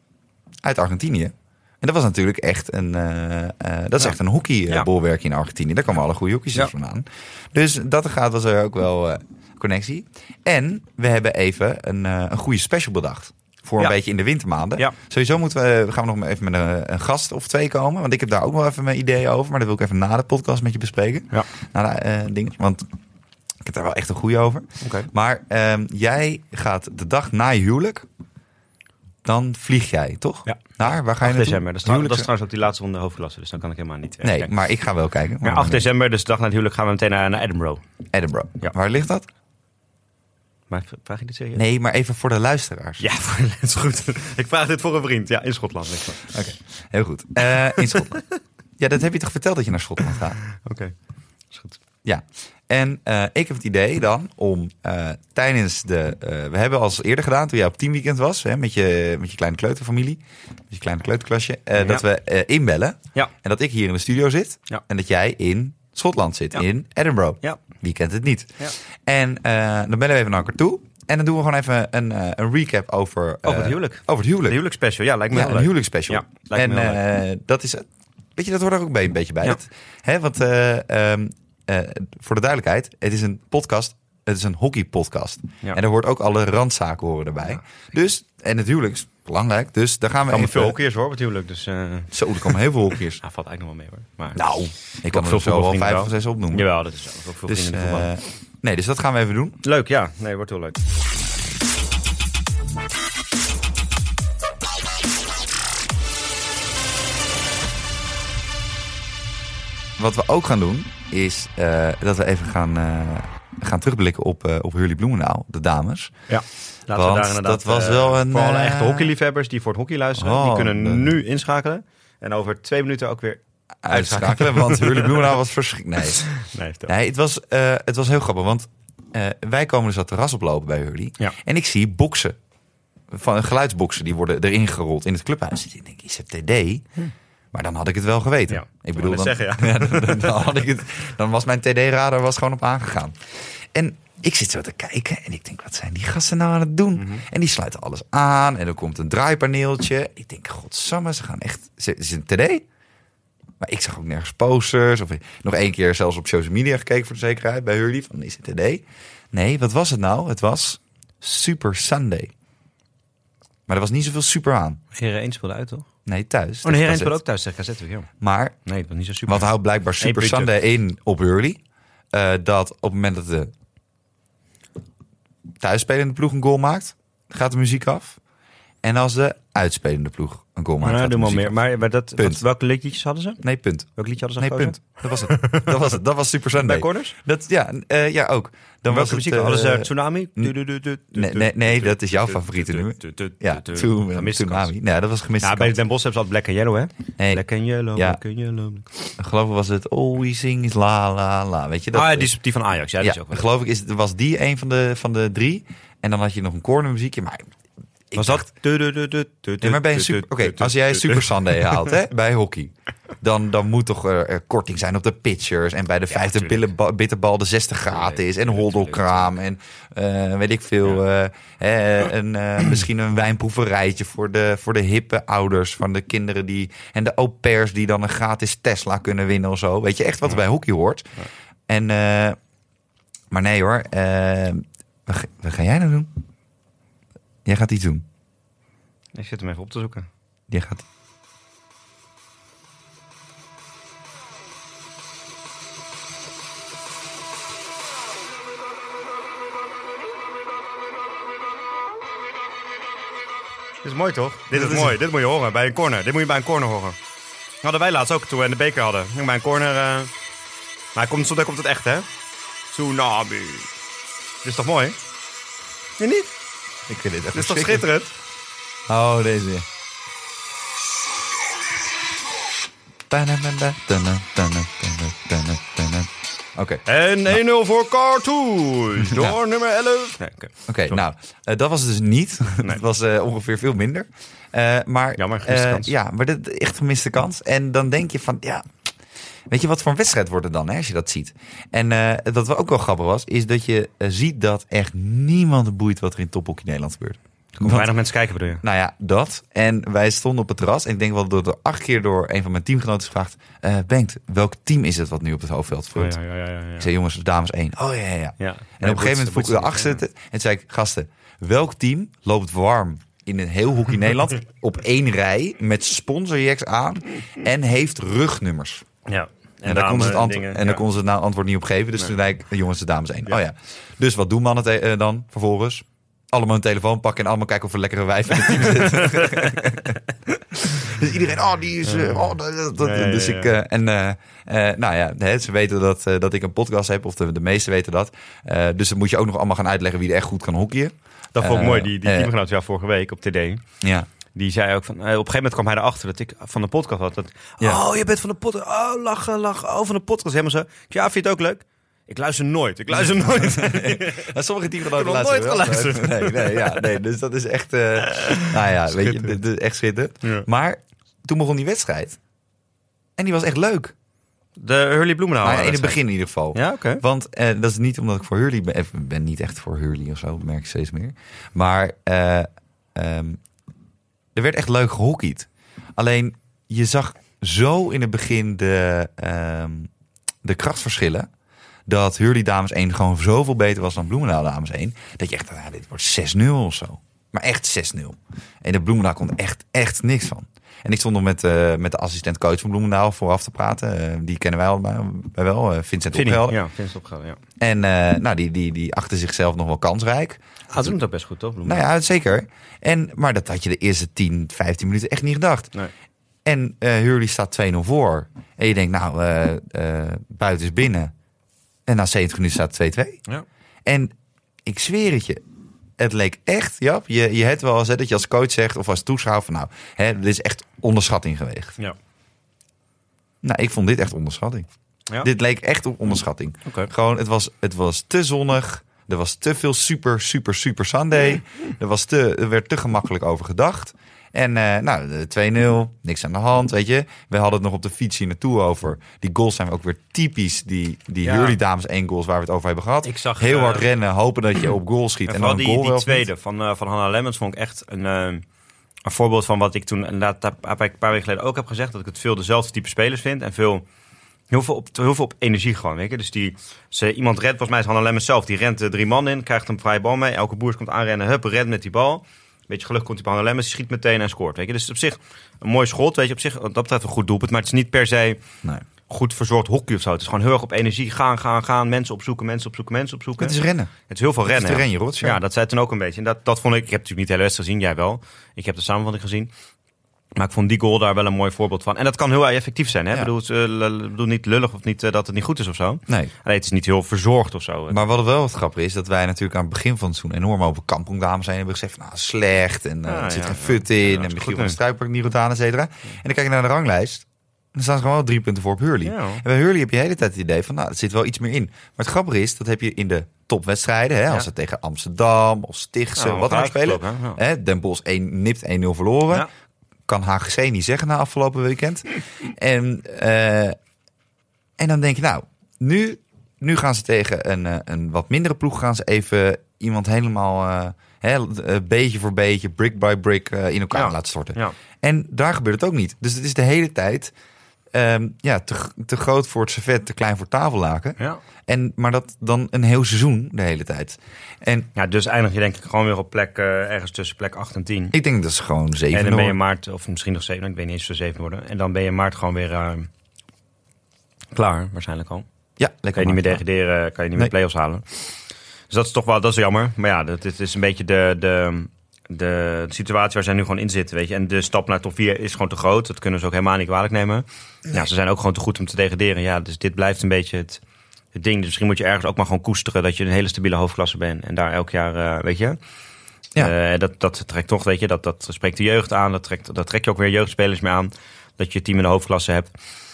Uit Argentinië. En dat was natuurlijk echt een... Uh, uh, dat is ja. echt een hockeybolwerk ja. in Argentinië. Daar kwamen alle goede hockey's ja. vandaan. Dus dat gaat was er ook wel uh, connectie. En we hebben even een, uh, een goede special bedacht. Voor een ja. beetje in de wintermaanden. Ja. Sowieso moeten we, gaan we nog even met een, een gast of twee komen. Want ik heb daar ook wel even mijn ideeën over. Maar dat wil ik even na de podcast met je bespreken. Ja. Na de uh, dingen. Want ik heb daar wel echt een goede over. Okay. Maar um, jij gaat de dag na je huwelijk... Dan vlieg jij, toch? Ja. Naar, waar ga je acht december. Dat is, trouw, dat is huwelijk... trouwens ook die laatste ronde hoofdklasse. Dus dan kan ik helemaal niet... Uh, nee, kijken. maar ik ga wel kijken. Maar acht december, dus de dag na het huwelijk, gaan we meteen naar, naar Edinburgh. Edinburgh. Ja. Waar ligt dat? Maar vraag je dit serieus? Nee, maar even voor de luisteraars. Ja, dat is goed. Ik vraag dit voor een vriend. Ja, in Schotland. Oké, okay. Heel goed. Uh, in Schotland. Ja, dat heb je toch verteld dat je naar Schotland gaat? Oké, okay. is goed. Ja, en uh, ik heb het idee dan om uh, tijdens de... Uh, we hebben als eerder gedaan, toen jij op teamweekend was... Hè, met, je, met je kleine kleuterfamilie, met je kleine kleuterklasje... Uh, ja. dat we uh, inbellen ja. en dat ik hier in de studio zit... Ja. en dat jij in Schotland zit, ja. in Edinburgh. Ja. Wie kent het niet? Ja. En uh, dan bellen we even naar elkaar toe... En dan doen we gewoon even een, uh, een recap over... Uh, over het huwelijk. Over het huwelijk. Een huwelijksspecial, ja, lijkt me ja, wel een leuk. huwelijksspecial. Ja, lijkt en me wel uh, dat is... Weet je, dat hoort er ook een beetje bij. Ja. Dat, hè, want uh, um, uh, voor de duidelijkheid, het is een podcast het is een hockeypodcast. Ja. En daar hoort ook alle randzaken horen erbij. Ja. Dus, en het huwelijk is belangrijk. Dus daar gaan we even... even... veel hockeyers hoor, natuurlijk. Dus, uh... Zo, er komen heel veel hockeyers. Nou, valt eigenlijk nog wel mee hoor. Maar... Nou, ik kan er zo wel vijf of zes opnoemen. Jawel, dat is wel. Ook veel dus, vrienden in de voetbal. Uh, nee, dus dat gaan we even doen. Leuk, ja. Nee, wordt heel leuk. Wat we ook gaan doen, is uh, dat we even gaan, uh, gaan terugblikken op, uh, op Hurley Bloemendaal, de dames. Ja, laten Want we daar inderdaad, dat was wel een... Voor alle uh, echte hockeyliefhebbers die voor het hockey luisteren, oh, die kunnen de... nu inschakelen. En over twee minuten ook weer uitschakelen. uitschakelen want Hurley Bloemendaal was verschrikkelijk. Nee, nee, nee het, was, uh, het was heel grappig, want uh, wij komen dus dat terras oplopen bij Hurley. Ja. En ik zie boksen, van geluidsboksen, die worden erin gerold in het clubhuis. Ik denk, is het T D? Hm. Maar dan had ik het wel geweten. Ja, ik bedoel, dan, zeggen, ja. ja, dan, dan, had ik het, dan was mijn T D-radar was gewoon op aangegaan. En ik zit zo te kijken en ik denk, wat zijn die gasten nou aan het doen? Mm-hmm. En die sluiten alles aan en er komt een draaipaneeltje. Ik denk, godsamme, ze gaan echt... Is het een T D? Maar ik zag ook nergens posters. Of nog één keer zelfs op social media gekeken voor de zekerheid bij Hurley. Van, is het T D? Nee, wat was het nou? Het was Super Sunday. Maar er was niet zoveel super aan. Heren één speelde uit, toch? Nee, thuis. Oh, de Heren speelde ook thuis, zeg K Z. Ja. Maar, nee, dat was niet zo super. Wat houdt blijkbaar Super Sunday in op Hurley? Uh, dat op het moment dat de thuisspelende ploeg een goal maakt, gaat de muziek af. En als de uitspelende ploeg een goal maakt, nou, gaat de muziek meer. af. Maar, maar dat, wat, welke liedjes hadden ze? Nee, punt. Welk liedje hadden ze Nee, punt. Dat was het. Dat was het. Dat was Super Sunday. Bij corners? Dat, ja, uh, ja, ook. Dan welke was muziek? het, uh, hadden ze Tsunami? Nee, nee, nee, dat is jouw favoriete nummer. Ja, Tsunami. Nee, dat was gemiste ja, bij Den Bosch hebben ze altijd Black and Yellow, hè? Nee. Black and Yellow, ja. Black and Yellow. Geloof ik was het All We Sing is La La La. Weet je dat? Ah, ja, die, is, die van Ajax. Ja, die ja, is ook wel. Geloof ik is, was die een van de, van de drie. En dan had je nog een cornermuziekje, maar... Ik was dacht, dat? Nee, maar bij een super... Oké, okay, als jij Super Sunday haalt hè, bij hockey... Dan, dan moet toch er, er korting zijn op de pitchers... en bij de vijfde ja, bitterbal de zestig gratis... is en hoddelkraam en uh, weet ik veel... Ja. Uh, uh, een, uh, misschien een wijnproeverijtje voor de, voor de hippe ouders... van de kinderen die... en de au pairs die dan een gratis Tesla kunnen winnen of zo. Weet je, echt wat er bij hockey hoort. Ja. En, uh, maar nee hoor, uh, wat, wat ga jij nou doen? Jij gaat iets doen. Ik zit hem even op te zoeken. Jij gaat... Dit is mooi toch? Dit is, is mooi. Dit moet je horen bij een corner. Dit moet je bij een corner horen. Hadden wij laatst ook toen we in de beker hadden. Bij een corner. Uh... Maar hij komt, zo komt het echt, hè? Tsunami. Dit is toch mooi? Nee, niet? Ik vind dit echt. Dit is toch schitterend? Oh, deze. Oké. Okay. En één nul nou. Voor Cartouche. Door ja. nummer elf. Nee, Oké, okay. okay, nou, uh, dat was het dus niet. Nee. Het was uh, ongeveer veel minder. Uh, maar, Jammer, gemiste uh, kans. Ja, maar dit is echt gemiste kans. En dan denk je van, ja... Weet je wat voor een wedstrijd wordt het dan, hè, als je dat ziet? En uh, wat ook wel grappig was, is dat je uh, ziet dat echt niemand boeit wat er in tophockey Nederland gebeurt. Er komen weinig mensen kijken, bedoel je? Nou ja, dat. En wij stonden op het terras. En ik denk wel door de acht keer door een van mijn teamgenoten gevraagd... Uh, Bengt, welk team is het wat nu op het hoofdveld vult? Oh, ja, ja, ja, ja. Ik zei, jongens, dames één. Oh ja, ja, ja. ja. En nee, op een gegeven moment vroeg ik de achtste. Ja. En toen zei ik, gasten, welk team loopt warm in een heel hockey Nederland... op één rij met sponsorjacks aan en heeft rugnummers? Ja. En, en daar kon ze het, antwo- dingen, en ja. kon ze het nou antwoord niet op geven. Dus nee. toen zei ik, jongens, de dames één. Ja. Oh ja. Dus wat doen mannen te- uh, dan vervolgens? Allemaal een telefoon pakken en allemaal kijken of er lekkere wijf in het team zit. Dus iedereen, oh, die is... Uh, oh, dat, dat. Ja, ja, ja. Dus ik... Uh, en uh, uh, nou ja, hè, ze weten dat, uh, dat ik een podcast heb. Of de, de meesten weten dat. Uh, dus dan moet je ook nog allemaal gaan uitleggen wie er echt goed kan hockeyen. Dat vond ik uh, mooi. Die, die uh, teamgenoot ja, vorige week op T D. Ja. Die zei ook van... Uh, op een gegeven moment kwam hij erachter dat ik van de podcast had. Dat, ja. Oh, je bent van de podcast. Oh, lachen, lachen. Oh, van de podcast. Helemaal zo. Ja, vind je het ook leuk? Ik luister nooit. Ik luister nooit. Ja, sommige teamgenoten ik heb nooit geluisterd. Nee, nee, ja, nee, dus dat is echt... Uh, nou ja, weet je, dit is echt schitterend. Ja. Maar toen begon die wedstrijd. En die was echt leuk. De Hurley Bloemendaal. Nou ja, in het begin in ieder geval. Ja, oké. Okay. Want uh, dat is niet omdat ik voor Hurley ben. Ik ben niet echt voor Hurley of zo, dat merk ik steeds meer. Maar uh, um, er werd echt leuk gehockeyd. Alleen, je zag zo in het begin de, um, de krachtverschillen... dat Hurley dames één gewoon zoveel beter was dan Bloemendaal dames één. Dat je echt, nou, dit wordt zes nul of zo. Maar echt zes nul. En de Bloemendaal kon echt, echt niks van. En ik stond nog met, uh, met de assistent-coach van Bloemendaal vooraf te praten. Uh, die kennen wij allemaal wel, uh, Vincent Opgelder. Ja, Vincent Opgelder, ja. En uh, nou, die, die, die achter zichzelf nog wel kansrijk. Ah, ze doen dat best goed, toch? Nou ja, zeker. En, maar dat had je de eerste tien, vijftien minuten echt niet gedacht. Nee. En uh, Hurley staat twee nul voor. En je denkt, nou, uh, uh, buiten is binnen. En na zeventig minuten staat twee twee. Ja. En ik zweer het je, het leek echt, Jap, je, je hebt wel eens hè, dat je als coach zegt of als toeschouwer van nou, hè, dit is echt onderschatting geweest. Ja. Nou, ik vond dit echt onderschatting. Ja. Dit leek echt op onderschatting. Okay. Gewoon, het was, het was te zonnig. Er was te veel super, super, super Sunday. Er, was te, er werd te gemakkelijk over gedacht. En uh, nou, twee nul, niks aan de hand, weet je. We hadden het nog op de fiets hier naartoe over. Die goals zijn ook weer typisch die, die ja. Hurley dames één goals waar we het over hebben gehad. Ik zag, heel hard uh, rennen, hopen dat je op goal schiet. En, en dan die, een goal die wel tweede van, uh, van Hannah Lemmens vond ik echt een, uh, een voorbeeld van wat ik toen inderdaad een paar weken geleden ook heb gezegd. Dat ik het veel dezelfde type spelers vind. En veel, heel, veel op, heel veel op energie gewoon. Weet je? Dus die, ze, iemand redt, volgens mij is Hannah Lemmens zelf. Die rent uh, drie man in, krijgt een vrije bal mee. Elke Boers komt aanrennen, hup, rent met die bal. Beetje geluk komt hij bij Hannah Lemmens, die schiet meteen en scoort. Weet je? Dus op zich een mooi schot, weet je, op zich dat betreft een goed doelpunt. Maar het is niet per se nee. goed verzorgd hockey of zo. Het is gewoon heel erg op energie. Gaan, gaan, gaan. Mensen opzoeken, mensen opzoeken, mensen opzoeken. Het is rennen. Het is heel veel rennen. Het is de renje rots, ja. ja, dat zei toen ook een beetje. En dat, dat vond ik, ik heb natuurlijk niet de hele wedstrijd gezien, jij wel. Ik heb de samenvatting gezien. Maar ik vond die goal daar wel een mooi voorbeeld van. En dat kan heel effectief zijn. Hè? Ja. Ik bedoel, uh, bedoel niet lullig of niet uh, dat het niet goed is of zo. Nee. Alleen het is niet heel verzorgd of zo. Maar wat wel wat grappig is, dat wij natuurlijk aan het begin van het seizoen enorm over kampongdames zijn. Hebben gezegd van, nou, slecht. En uh, Ah, er zit ja, geen ja. fut in. Ja, en is Michiel goed, van nee. Struikberg niet goed aan, et cetera. En dan kijk je naar de ranglijst. En dan staan ze gewoon wel drie punten voor op Hurley. Ja. En bij Hurley heb je de hele tijd het idee van, nou, er zit wel iets meer in. Maar het grappige is, dat heb je in de topwedstrijden. Hè, Ja. als ze tegen Amsterdam of Stichtse, Ja, wat dan ook spelen. afgelopen, hè? Ja. Hè, Den Bosch één, nipt één nul verloren. Ja. Kan H G C niet zeggen na afgelopen weekend. en, uh, en dan denk je, nou, nu, nu gaan ze tegen een, uh, een wat mindere ploeg. Gaan ze even iemand helemaal uh, hè, uh, beetje voor beetje, brick by brick uh, in elkaar Ja. laten storten. Ja. En daar gebeurt het ook niet. Dus het is de hele tijd um, ja, te, te groot voor het servet, te klein voor het tafellaken. Ja. En, maar dat dan een heel seizoen de hele tijd. En ja, dus eindig je denk ik gewoon weer op plek uh, ergens tussen plek acht en tien. ik denk dat ze gewoon zeven En dan ben je nul. maart, of misschien nog zeven, ik weet niet eens of ze zeven worden. En dan ben je maart gewoon weer uh, klaar, waarschijnlijk al. Ja, Kan lekker je niet meer maken. degraderen, kan je niet meer Nee. play-offs halen. Dus dat is toch wel, dat is jammer. Maar ja, dat is, is een beetje de, de, de situatie waar zij nu gewoon in zitten, weet je. En de stap naar top vier is gewoon te groot. Dat kunnen ze ook helemaal niet kwalijk nemen. Nee. Ja, ze zijn ook gewoon te goed om te degraderen. Ja, dus dit blijft een beetje het, het ding. Dus misschien moet je ergens ook maar gewoon koesteren dat je een hele stabiele hoofdklasse bent. En daar elk jaar, uh, weet je... Ja. Uh, dat, dat trekt toch, weet je, dat, dat spreekt de jeugd aan. Dat trekt, dat trek je ook weer jeugdspelers mee aan. Dat je team in de hoofdklasse hebt.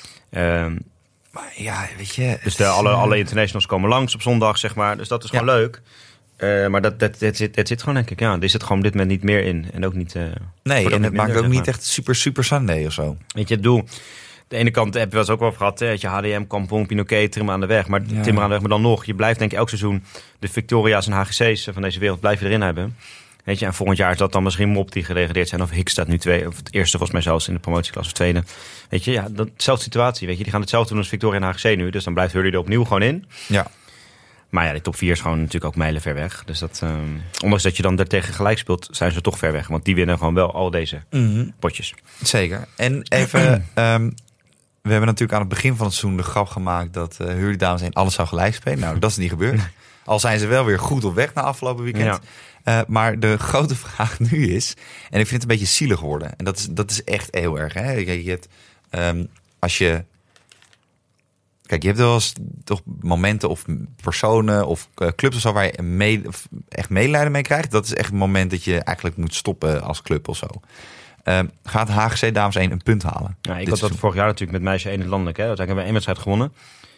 Um, Maar ja, weet je... dus de, alle, alle internationals komen langs op zondag, zeg maar. Dus dat is gewoon Ja. leuk. Uh, maar dat, dat, dat, zit, dat zit gewoon, denk ik. Ja, er zit gewoon op dit moment niet meer in. En ook niet... Uh, Nee, en het minder, maakt ook zeg niet maar. echt super, super Sunday of zo. Weet je, het doel... De ene kant heb je wel eens ook wel gehad. Hè, dat je H D M, Kampong, Pinoquet, Timmer aan de weg. Maar Ja. Timmer aan de weg, maar dan nog. Je blijft denk ik elk seizoen de Victoria's en H G C's van deze wereld blijf je erin hebben. Weet je, en volgend jaar is dat dan misschien Mop die gedegradeerd zijn. Of Hik staat nu twee. Of het eerste volgens mij zelfs in de promotieklasse of tweede. Weet je, ja, dat, dezelfde situatie. Weet je, die gaan hetzelfde doen als Victoria en H G C nu. Dus dan blijft Hurley er opnieuw gewoon in. Ja. Maar ja, die top vier is gewoon natuurlijk ook mijlen ver weg. Dus dat, um, ondanks dat je dan daartegen gelijk speelt, zijn ze toch ver weg. Want die winnen gewoon wel al deze Mm-hmm. potjes. Zeker. En even... um, we hebben natuurlijk aan het begin van het seizoen de grap gemaakt dat uh, Hurley dames één alles zou gelijk spelen. Nou, dat is niet gebeurd. Al zijn ze wel weer goed op weg na afgelopen weekend. Ja. Uh, maar de grote vraag nu is, en ik vind het een beetje zielig worden. En dat is, dat is echt heel erg. Hè? Je, je hebt, um, als je... Kijk, je hebt wel eens toch momenten of personen of uh, clubs of zo waar je mee, of echt medelijden mee krijgt. Dat is echt het moment dat je eigenlijk moet stoppen als club of zo. Uh, gaat H G C dames één een punt halen? Ja, ik Dit had dat seizoen. vorig jaar natuurlijk met meisje één landelijk. Hè. Uiteindelijk hebben we één wedstrijd gewonnen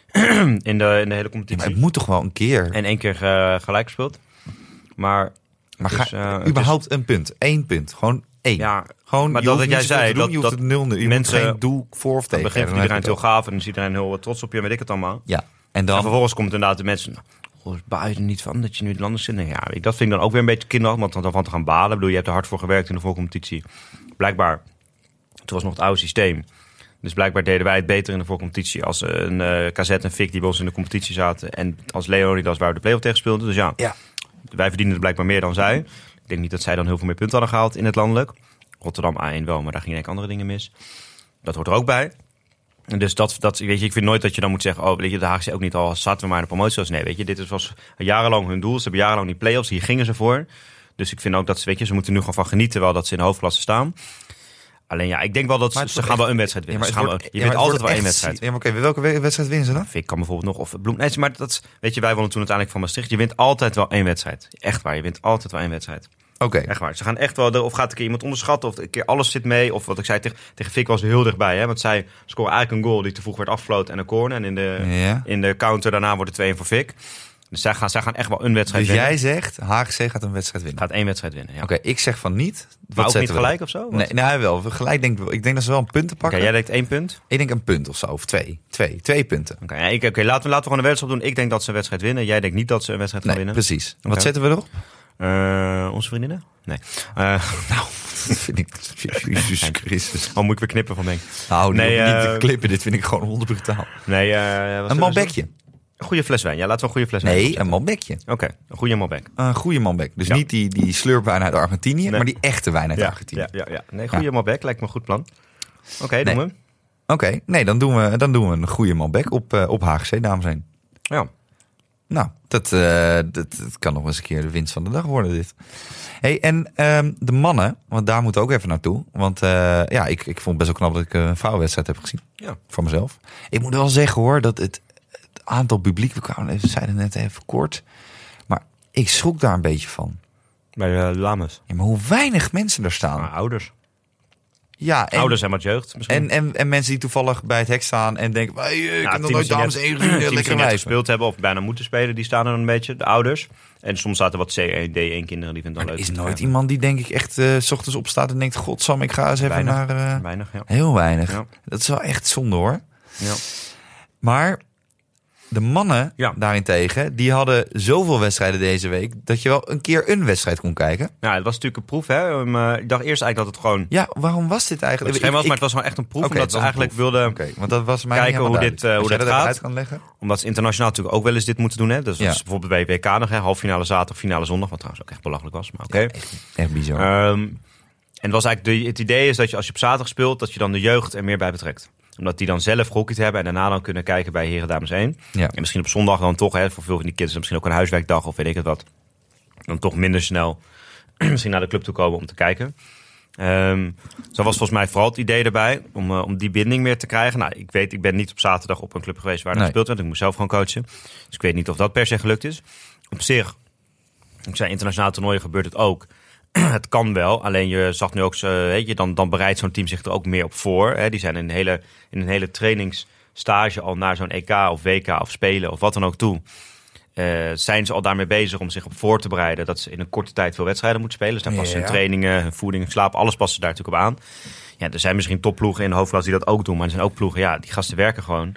in de, in de hele Ja, competitie. maar het moet toch wel een keer. En één keer uh, gelijk gespeeld. Maar, Maar dus, ga, uh, überhaupt is, een punt. Eén punt. Gewoon één. Ja, Gewoon, maar je dat hoeft jij niet zoveel zei, te doen, dat- je hoeft dat het nul, je mensen- moet geen doel voor of dan tegen. begint Dan iedereen heb het je heel gaaf en dan is iedereen heel trots op je, weet ik het allemaal. Ja, en En dan... vervolgens komt inderdaad de mensen... Oh, baal je er niet van dat je nu de landers zit? Ja, dat vind ik dan ook weer een beetje kinderachtig, want dan van te gaan balen. Ik bedoel, je hebt er hard voor gewerkt in de voorcompetitie. Blijkbaar, toen was nog het oude systeem. Dus blijkbaar deden wij het beter in de voorcompetitie als een uh, K Z en Fik die bij ons in de competitie zaten. En als Leonidas waar we de play-off tegen speelden. Dus ja, Ja. wij verdienen het blijkbaar meer dan zij. Ik denk niet dat zij dan heel veel meer punten hadden gehaald in het landelijk. Rotterdam A één wel, maar daar gingen denk ik andere dingen mis. Dat hoort er ook bij. En dus dat, dat, weet je, ik vind nooit dat je dan moet zeggen... oh, weet je, de Haagse ook niet al zaten we maar in de promotie. Nee, weet je, dit was jarenlang hun doel. Ze hebben jarenlang die play-offs, hier gingen ze voor. Dus ik vind ook dat ze, weet je, ze moeten nu gewoon van genieten... wel dat ze in de hoofdklasse staan. Alleen ja, ik denk wel dat ze, ze gaan echt wel een wedstrijd winnen. Ja, ze gaan wordt, wel, je ja, wint altijd wel echt, één wedstrijd. Ja, maar oké, okay, welke wedstrijd winnen ze dan? Fik kan bijvoorbeeld nog, of Bloem... Nee, maar dat, weet je, wij wonnen toen uiteindelijk van Maastricht. Je wint altijd wel één wedstrijd. Echt waar, je wint altijd wel één wedstrijd. Oké. Okay. Echt waar. Ze gaan echt wel, of gaat een keer iemand onderschatten, of een keer alles zit mee. Of wat ik zei, tegen, tegen Fik was ze heel dichtbij. Hè? Want zij scoren eigenlijk een goal die te vroeg werd afgefloten en een corner. En in de, ja. in de counter daarna wordt het twee één voor Fik. Dus zij gaan, zij gaan echt wel een wedstrijd dus winnen. Dus jij zegt, H G C gaat een wedstrijd winnen? Gaat één wedstrijd winnen, ja. Oké, okay, ik zeg van niet. Wat maar ook niet gelijk we? of zo? Wat? Nee, nou wel. Gelijk denk ik, ik denk dat ze wel een punten pakken. Okay, jij denkt één punt? Ik denk een punt of zo, of twee. Twee, twee punten. Oké, okay, ja, okay, laten, we, laten we gewoon een wedstrijd doen. Ik denk dat ze een wedstrijd winnen. Jij denkt niet dat ze een wedstrijd gaan nee, winnen. Precies. Okay. Wat zetten we erop? Uh, onze vriendinnen? Nee. Uh, nou, dat vind ik... Jezus Christus. Oh, moet ik weer knippen van denk ik. Nou, nee, uh, niet te uh, klippen. Dit vind ik gewoon honderdbrutaal. Nee, uh, een Malbecje. Een goede fles wijn. Ja, laten we een goede fles wijn. Nee, een Malbecje. Oké, okay, een goede Malbec. Een goede Malbec. Dus ja. niet die, die slurpwijn uit Argentinië, nee. maar die echte wijn uit ja, Argentinië. Ja, ja, ja. Nee, goede ja. Malbec lijkt me een goed plan. Oké, okay, nee. doen we. Oké, okay. nee, dan doen we, dan doen we een goede Malbec op, uh, op H G C, dames en heren. Ja. Nou, dat, uh, dat, dat kan nog eens een keer de winst van de dag worden, dit. Hey, en um, de mannen, want daar moeten we ook even naartoe. Want uh, ja, ik, ik vond het best wel knap dat ik een vrouwenwedstrijd heb gezien. Ja. Voor mezelf. Ik moet wel zeggen hoor, dat het, het aantal publiek, we kwamen even, zeiden net even kort. Maar ik schrok daar een beetje van. Bij uh, Lames. Ja, maar hoe weinig mensen er staan. Ah, ouders. Ja, en, ouders en wat jeugd misschien. En, en, en mensen die toevallig bij het hek staan en denken... Hey, ik ja, heb nog nooit dames één gezien, lekker die net gespeeld hebben of bijna moeten spelen, die staan er een beetje, de ouders. En soms zaten wat C één, D één kinderen, die vinden het dan leuk. Er is nooit krijgen. Iemand die denk ik echt uh, 's ochtends opstaat en denkt... Godsam, ik ga eens even weinig, naar... Uh, weinig, ja. Heel weinig. Ja. Dat is wel echt zonde hoor. Ja. Maar... De mannen ja. daarentegen, die hadden zoveel wedstrijden deze week... dat je wel een keer een wedstrijd kon kijken. Ja, het was natuurlijk een proef. Hè? Um, uh, ik dacht eerst eigenlijk dat het gewoon... Ja, waarom was dit eigenlijk? Het, ik, was, maar het was gewoon echt een proef. Okay, omdat ze eigenlijk proef. wilden okay, want dat was mij kijken hoe dit, uh, hoe dit gaat. Kan leggen? Omdat ze internationaal natuurlijk ook wel eens dit moeten doen. Hè? Dus dat ja. is bijvoorbeeld bij W K nog. Hè? Halffinale zaterdag, finale zondag. Wat trouwens ook echt belachelijk was. Maar oké. Okay. Ja, echt, echt bizar. Um, en het, was eigenlijk de, het idee is dat je als je op zaterdag speelt... dat je dan de jeugd er meer bij betrekt. Omdat die dan zelf hockey te hebben en daarna dan kunnen kijken bij Heren Dames één. Ja. En misschien op zondag dan toch, hè, voor veel van die kids, misschien ook een huiswerkdag of weet ik het wat. Dan toch minder snel misschien naar de club toe komen om te kijken. Um, zo was volgens mij vooral het idee erbij om, uh, om die binding meer te krijgen. Nou, ik weet, ik ben niet op zaterdag op een club geweest waar er nee. gespeeld werd. Ik moest zelf gewoon coachen. Dus ik weet niet of dat per se gelukt is. Op zich, ik zei internationaal toernooien gebeurt het ook. Het kan wel, alleen je zag nu ook, weet je, dan, dan bereidt zo'n team zich er ook meer op voor. Hè. Die zijn in een hele, in een hele trainingsstage al naar zo'n E K of W K of Spelen of wat dan ook toe. Uh, zijn ze al daarmee bezig om zich op voor te bereiden dat ze in een korte tijd veel wedstrijden moeten spelen. Dus daar passen hun ja, ja. trainingen, hun voeding, hun slaap, alles passen daar natuurlijk op aan. Ja, er zijn misschien topploegen in de hoofdklasse die dat ook doen, maar er zijn ook ploegen, ja, die gasten werken gewoon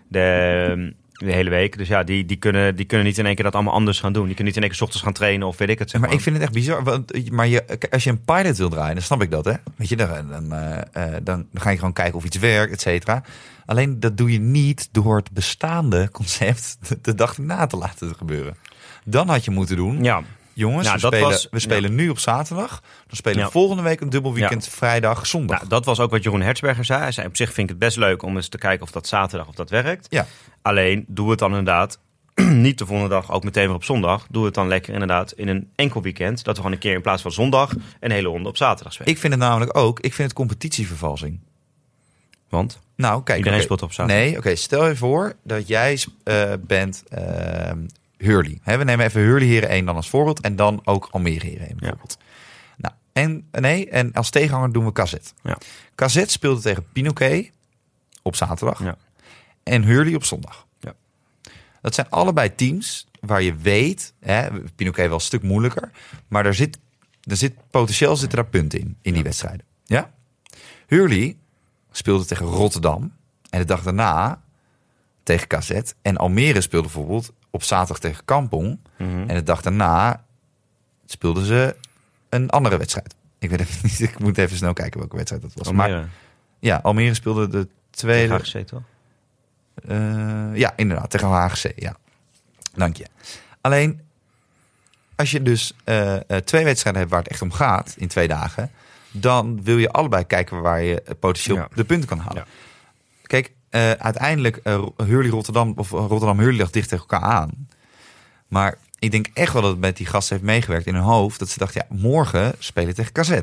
de, de hele week. Dus ja, die, die, kunnen, die kunnen niet in één keer dat allemaal anders gaan doen. Die kunnen niet in één keer 's ochtends gaan trainen of weet ik het. Zeg maar. maar ik vind het echt bizar. Want, maar je, als je een pilot wil draaien, dan snap ik dat, hè? Weet je, dan, dan, uh, dan, dan ga je gewoon kijken of iets werkt, et cetera. Alleen dat doe je niet door het bestaande concept de dag na te laten gebeuren. Dan had je moeten doen. Ja. Jongens, ja, we, dat spelen, was, we spelen ja. nu op zaterdag. Dan spelen we ja. volgende week een dubbel weekend, ja. vrijdag, zondag. Nou, dat was ook wat Jeroen Hertzberger zei. Hij zei, op zich vind ik het best leuk om eens te kijken of dat zaterdag of dat werkt. Ja. Alleen, doe het dan inderdaad niet de volgende dag, ook meteen weer op zondag. Doe het dan lekker inderdaad in een enkel weekend. Dat we gewoon een keer in plaats van zondag een hele ronde op zaterdag spelen. Ik vind het namelijk ook, ik vind het competitievervalsing. Want? Nou, kijk. Iedereen okay. speelt op zaterdag. Nee, oké. Okay, stel je voor dat jij uh, bent uh, Hurley. He, we nemen even Hurley Heren één dan als voorbeeld. En dan ook Almere Heren één bijvoorbeeld. Ja. Nou, en, nee, en als tegenhanger doen we K Z. Ja. K Z speelde tegen Pinoquet op zaterdag. Ja. En Hurley op zondag. Ja. Dat zijn allebei teams waar je weet... Hè, Pinoquet wel een stuk moeilijker. Maar er zit, er zit potentieel zitten daar punten in, in ja. die wedstrijden. Ja? Hurley speelde tegen Rotterdam. En de dag daarna tegen K Z. En Almere speelde bijvoorbeeld op zaterdag tegen Kampong. Mm-hmm. En de dag daarna speelden ze een andere wedstrijd. Ik weet even niet, ik moet even snel kijken welke wedstrijd dat was. Almere. Maar ja, Almere speelde de tweede... H G C toch? Uh, ja, inderdaad, tegen H G C, ja. Dank je. Alleen, als je dus uh, uh, twee wedstrijden hebt waar het echt om gaat in twee dagen, dan wil je allebei kijken waar je potentieel ja. de punten kan halen. Ja. Kijk, uh, uiteindelijk uh, Hurley Rotterdam of Rotterdam Hurley lag dicht tegen elkaar aan. Maar ik denk echt wel dat het met die gasten heeft meegewerkt in hun hoofd, dat ze dachten, ja, morgen spelen tegen K Z.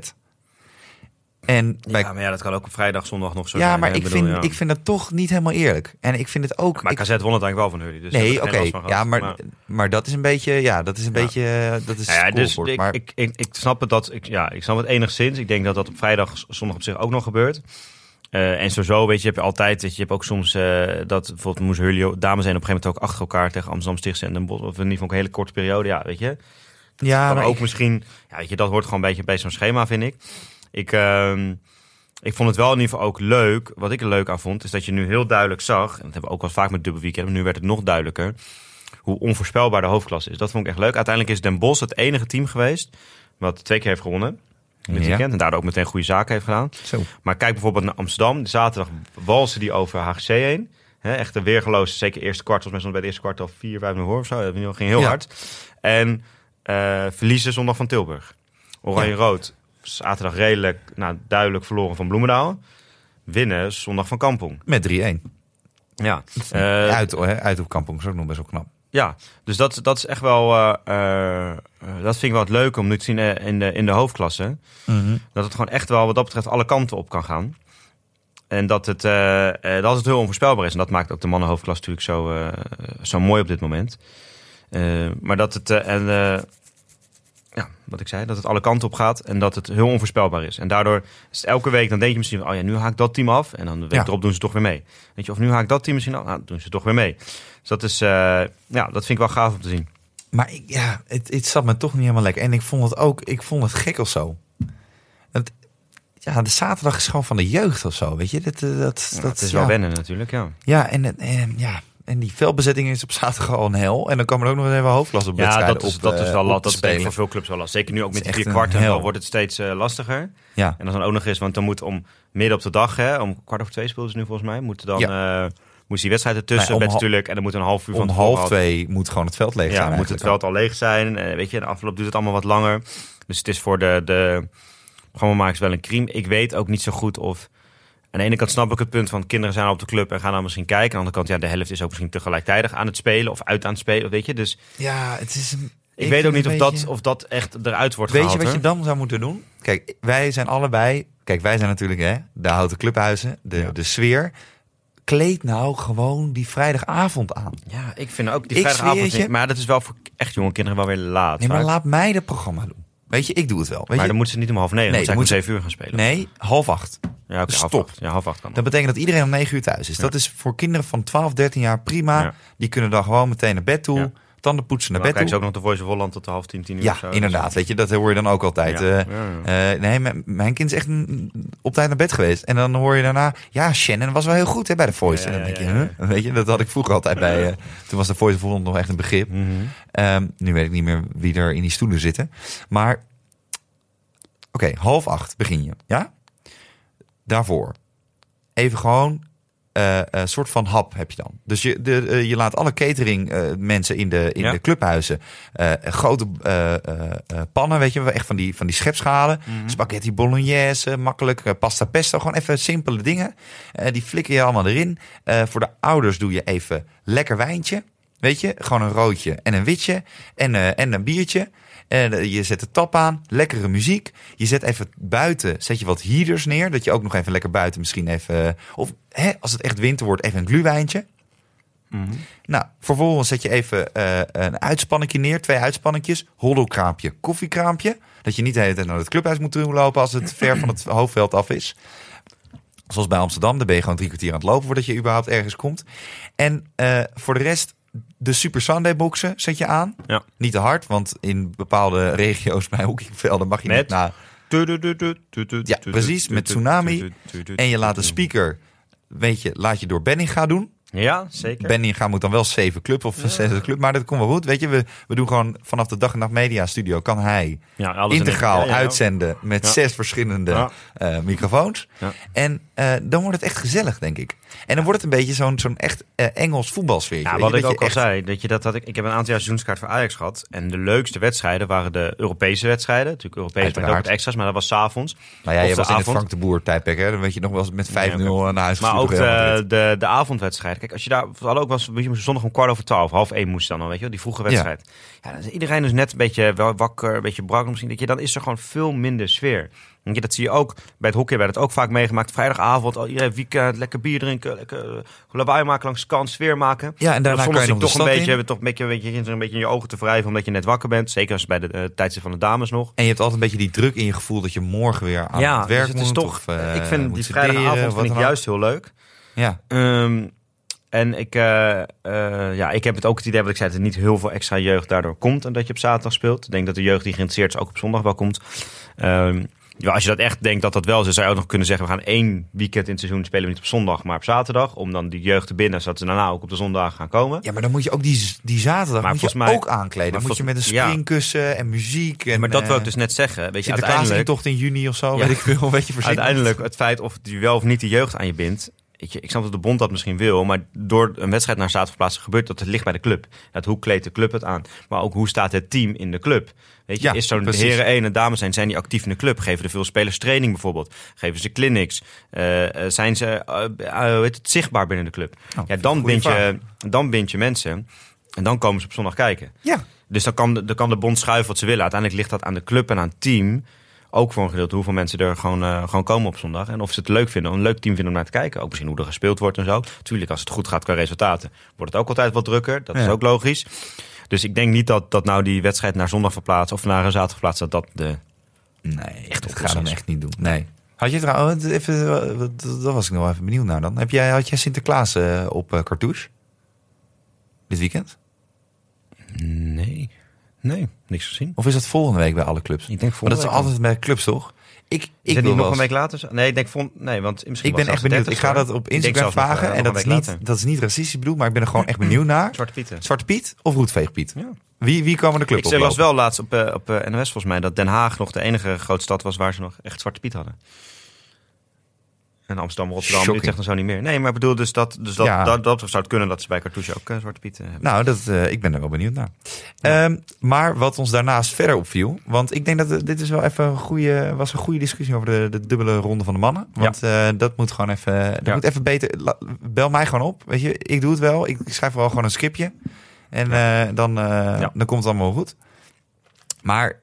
En bij... Ja, maar ja, dat kan ook op vrijdag, zondag nog zo ja, zijn. Maar ik, bedoel, vind, ja. ik vind dat toch niet helemaal eerlijk. En ik vind het ook... Ja, maar ik... K Z won het eigenlijk wel van Hurley. Dus nee, oké. Okay, ja, maar, maar... maar dat is een beetje... Ja, dat is een ja. beetje... Dat is ja, ja, dus sport, ik, maar... ik, ik, ik snap het dat... Ik, ja, ik snap het enigszins. Ik denk dat dat op vrijdag, zondag op zich ook nog gebeurt. Uh, en sowieso, weet je, heb je altijd... Weet je, je hebt ook soms uh, dat... Bijvoorbeeld moest Hurley... Dames zijn op een gegeven moment ook achter elkaar tegen Amsterdam Stichtse en Den Bosch. Of in ieder geval een hele korte periode. Ja, weet je. Ja, maar ook ik... misschien... Ja, weet je, dat hoort gewoon een beetje bij zo'n schema, vind ik. Ik... Uh, Ik vond het wel in ieder geval ook leuk. Wat ik er leuk aan vond, is dat je nu heel duidelijk zag... en dat hebben we ook wel vaak met dubbel weekend... maar nu werd het nog duidelijker... hoe onvoorspelbaar de hoofdklasse is. Dat vond ik echt leuk. Uiteindelijk is Den Bosch het enige team geweest... wat twee keer heeft gewonnen dit weekend... Ja. en daardoor ook meteen goede zaken heeft gedaan. Zo. Maar kijk bijvoorbeeld naar Amsterdam. Zaterdag walsen die over H G C heen. He, echt een weergeloos, zeker eerste kwart... volgens mij stond bij de eerste kwart al vier, vijf nul voor of zo. Dat ging heel ja. hard. En uh, verliezen zondag van Tilburg. Oranje-rood... Ja. Zaterdag redelijk, nou, duidelijk verloren van Bloemendaal. Winnen zondag van Kampong. Met drie-een. Ja. Uh, uit, uit op Kampong is ook nog best wel knap. Ja, dus dat, dat is echt wel... Uh, uh, dat vind ik wel het leuke om nu te zien in de, in de hoofdklasse. Mm-hmm. Dat het gewoon echt wel wat dat betreft alle kanten op kan gaan. En dat het, uh, uh, dat het heel onvoorspelbaar is. En dat maakt ook de mannenhoofdklasse natuurlijk zo, uh, zo mooi op dit moment. Uh, maar dat het... Uh, en, uh, Ja, wat ik zei, dat het alle kanten op gaat en dat het heel onvoorspelbaar is. En daardoor is het elke week, dan denk je misschien, oh ja, nu haak ik dat team af. En dan de week ja. erop doen ze toch weer mee. Weet je, of nu haak ik dat team misschien af, nou, doen ze toch weer mee. Dus dat is, uh, ja, dat vind ik wel gaaf om te zien. Maar ik, ja, het, het zat me toch niet helemaal lekker. En ik vond het ook, ik vond het gek of zo. Het, ja, de zaterdag is gewoon van de jeugd of zo, weet je. Dat, dat, dat, ja, dat het is ja. wel wennen natuurlijk, ja. Ja, en, en ja... En die veldbezetting is op zaterdag al een hel. En dan komen er ook nog even hoofdklasse op wedstrijden ja, dat is, op, dat is wel uh, lat. Dat is voor veel clubs wel lastig. Zeker nu ook met die vier kwart en dan wordt het steeds uh, lastiger. Ja. En als dan ook nog eens, want dan moet om midden op de dag, hè, om kwart over twee speelden ze nu volgens mij, moeten dan ja. uh, moest die wedstrijd ertussen, nee, natuurlijk, en dan moet een half uur om van Om half twee moet gewoon het veld leeg ja, zijn. Ja, moet het veld al leeg zijn. Uh, weet je, de afloop duurt het allemaal wat langer. Dus het is voor de, de programmamakers wel een crime. Ik weet ook niet zo goed of... Aan de ene kant snap ik het punt van kinderen zijn op de club en gaan dan misschien kijken. Aan de andere kant, ja, de helft is ook misschien tegelijkertijd aan het spelen of uit aan het spelen, weet je. Dus ja, het is een, ik, ik weet ook niet of, beetje... dat, of dat echt eruit wordt weet gehaald. Weet je wat hè? je dan zou moeten doen? Kijk, wij zijn allebei, kijk, wij zijn natuurlijk hè, de houten clubhuizen, de, ja. de sfeer. Kleed nou gewoon die vrijdagavond aan. Ja, ik vind ook die ik vrijdagavond, je... maar dat is wel voor echt jonge kinderen wel weer laat. Nee, maar vaak. laat mij dat programma doen. Weet je, ik doe het wel. Weet maar je? dan moeten ze niet om half negen, nee, dan moet ze om zeven uur gaan spelen. Nee, half acht. Ja, okay, stop. Half acht. Ja, half acht kan. Dat betekent dat iedereen om negen uur thuis is. Ja. Dat is voor kinderen van twaalf, dertien jaar prima. Ja. Die kunnen dan gewoon meteen naar bed toe. Ja. Tanden poetsen naar dan bed toe. Kijk ze ook nog de Voice of Holland tot de half tien, tien uur ja, of zo. inderdaad. Dus. Weet je, dat hoor je dan ook altijd. Ja. Uh, ja, ja. Uh, nee, mijn, mijn kind is echt op tijd naar bed geweest. En dan hoor je daarna... Ja, Shannon was wel heel goed hè, bij de Voice. Ja, ja, en dan denk je, huh? Weet je, dat had ik vroeger altijd bij... Uh, toen was de Voice of Holland nog echt een begrip. Mm-hmm. Um, nu weet ik niet meer wie er in die stoelen zitten. Maar... Oké, okay, half acht begin je. Ja? Daarvoor. Even gewoon een uh, uh, soort van hap heb je dan. Dus je, de, uh, je laat alle catering uh, mensen in de, in ja. de clubhuizen uh, grote uh, uh, pannen, weet je, echt van die, van die schepschalen. Mm-hmm. Spaghetti bolognese, makkelijk, uh, pasta pesto, gewoon even simpele dingen. Uh, die flikker je allemaal erin. Uh, voor de ouders doe je even lekker wijntje. Weet je, gewoon een roodje en een witje en, uh, en een biertje. En je zet de tap aan, lekkere muziek. Je zet even buiten, zet je wat heaters neer. Dat je ook nog even lekker buiten misschien even... Of hè, als het echt winter wordt, even een glühwijntje. Mm-hmm. Nou, vervolgens zet je even uh, een uitspanningje neer. Twee uitspanningjes. Roddelkraampje, koffiekraampje. Dat je niet de hele tijd naar het clubhuis moet lopen als het ver van het hoofdveld af is. Zoals bij Amsterdam, daar ben je gewoon drie kwartier aan het lopen voordat je überhaupt ergens komt. En uh, voor de rest... De Super Sunday boxen zet je aan. Ja. Niet te hard, want in bepaalde regio's bij hockeyvelden mag je met? niet naar... Ja, precies, met Tsunami. En je laat de speaker, weet je, laat je door Benninga doen. Ja, zeker. Benninga moet dan wel zeven club of Ja. zes club. Maar dat komt wel goed. Weet je, we, we doen gewoon vanaf de Dag en Nacht Media Studio... kan hij Ja, alles in integraal één- ja, ja, ja. uitzenden met Ja. zes verschillende Ja. uh, microfoons. Ja. En uh, dan wordt het echt gezellig, denk ik. En dan wordt het een beetje zo'n, zo'n echt uh, Engels voetbalsfeertje. Ja, weet wat je, ik dat ook je al echt... zei, dat je dat had ik, ik heb een aantal jaar seizoenskaart voor Ajax gehad. En de leukste wedstrijden waren de Europese wedstrijden. Natuurlijk Europees met ook Uiteraard. wat extra's, maar dat was 's avonds. Nou ja, Of je de was in het avond. Frank de Boer tijdperk, hè? Dan weet je nog wel eens met vijf nul Ja, naar huis Maar ook gestuurd door Real de, Madrid. de, de avondwedstrijden. Kijk, als je daar we hadden ook was, je moest zondag om kwart over twaalf, half één moest dan al, weet je wel, die vroege wedstrijd. Ja, dan is iedereen dus net een beetje wel wakker, een beetje brak misschien. Dat je, dan is er gewoon veel minder sfeer. Weet je, dat zie je ook bij het hockey, werd het ook vaak meegemaakt. Vrijdagavond, al iedereen weekend, lekker bier drinken, lekker uh, lawaai maken langs de kant, sfeer maken. Ja, en daarna soms kan je zit nog toch de een stad beetje, in. toch een beetje, een beetje, een beetje in je ogen te wrijven omdat je net wakker bent. Zeker als bij de uh, tijdstip van de dames nog. En je hebt altijd een beetje die druk in je gevoel dat je morgen weer aan ja, het werk dus het is moet. toch. Of, uh, ik vind moet die studeren, vrijdagavond wat vind ik dan ook. juist heel leuk. Ja. Um, en ik, uh, uh, ja, ik heb het ook het idee, wat ik zei, dat er niet heel veel extra jeugd daardoor komt en dat je op zaterdag speelt. Ik denk dat de jeugd die geïnteresseerd is ook op zondag wel komt. Um, ja, als je dat echt denkt dat dat wel is, zou je ook nog kunnen zeggen, we gaan één weekend in het seizoen spelen we niet op zondag, maar op zaterdag. Om dan die jeugd te binden, zodat ze daarna ook op de zondag gaan komen. Ja, maar dan moet je ook die, die zaterdag Maar moet je volgens mij- ook aankleden. Dan maar moet je met een volgens- ja. springkussen en muziek. En, Maar dat wil ik eh, dus net zeggen. Weet je, Sinterklaas uiteindelijk, intocht in juni of zo, Ja. weet ik veel. Weet je, voorzien. uiteindelijk het feit of je wel of niet de jeugd aan je bindt. Weet je, ik snap dat de bond dat misschien wil, maar door een wedstrijd naar zaterdag verplaatsen gebeurt dat, het ligt bij de club. Dat hoe kleedt de club het aan, maar ook hoe staat het team in de club. Weet je, Ja, is zo'n precies. heren één en dames zijn, zijn die actief in de club? Geven er veel spelers training bijvoorbeeld? Geven ze clinics? Uh, zijn ze uh, uh, hoe heet het, zichtbaar binnen de club? Oh, ja, dan goeie bind, vraag. je, dan bind je mensen en dan komen ze op zondag kijken. Ja, Dus dan kan, de, dan kan de bond schuiven wat ze willen. Uiteindelijk ligt dat aan de club en aan het team. Ook voor een gedeelte hoeveel mensen er gewoon, uh, gewoon komen op zondag. En of ze het leuk vinden, een leuk team vinden om naar te kijken. Ook misschien hoe er gespeeld wordt en zo. Tuurlijk, als het goed gaat qua resultaten, wordt het ook altijd wat drukker. Dat is Ja. ook logisch. Dus ik denk niet dat, dat nou die wedstrijd naar zondag verplaatst of naar zaterdag verplaatst, dat dat de... nee, Echt dat oplossing ga dan is. echt niet doen. Nee. Had je trouwens, even, dat was ik nog even benieuwd naar dan. Heb jij, had jij Sinterklaas uh, op uh, Cartouche? Dit weekend? Nee. Nee, niks gezien. Of is dat volgende week bij alle clubs? Ik denk Want dat volgende is week altijd bij clubs, toch? Ik, Is ik het wil niet nog wel een week eens- later? Nee, ik denk vol... nee, want misschien Ik ben was echt het benieuwd. zelfs Ik ga de dat op dertigste, hoor. Ik denk Instagram zelfs nog, vragen. uh, En nog dat is, een week niet, later. dat is niet racistisch bedoeld, maar ik ben er gewoon echt benieuwd naar. Zwarte Pieten. Zwarte Piet of Roetveegpiet? Ja. Wie, wie komen de club Ik op? zeg, las wel laatst op, uh, op uh, N O S volgens mij dat Den Haag nog de enige grote stad was waar ze nog echt Zwarte Piet hadden. En Amsterdam, Rotterdam, Shocking. dit zegt dan zo niet meer. Nee, maar ik bedoel dus dat, dus dat, Ja. dat, dat zou het kunnen dat ze bij Cartouche ook uh, Zwarte Piet uh, hebben. Nou, dat, uh, ik ben er wel benieuwd naar. Ja. Um, maar wat ons daarnaast verder opviel, want ik denk dat uh, dit is wel even een goede, was een goede discussie over de, de dubbele ronde van de mannen. Want uh, dat moet gewoon even, dat Ja. moet even beter. La, bel mij gewoon op, weet je. Ik doe het wel. Ik, ik schrijf wel gewoon een scriptje en uh, dan, uh, Ja. dan komt het allemaal goed. Maar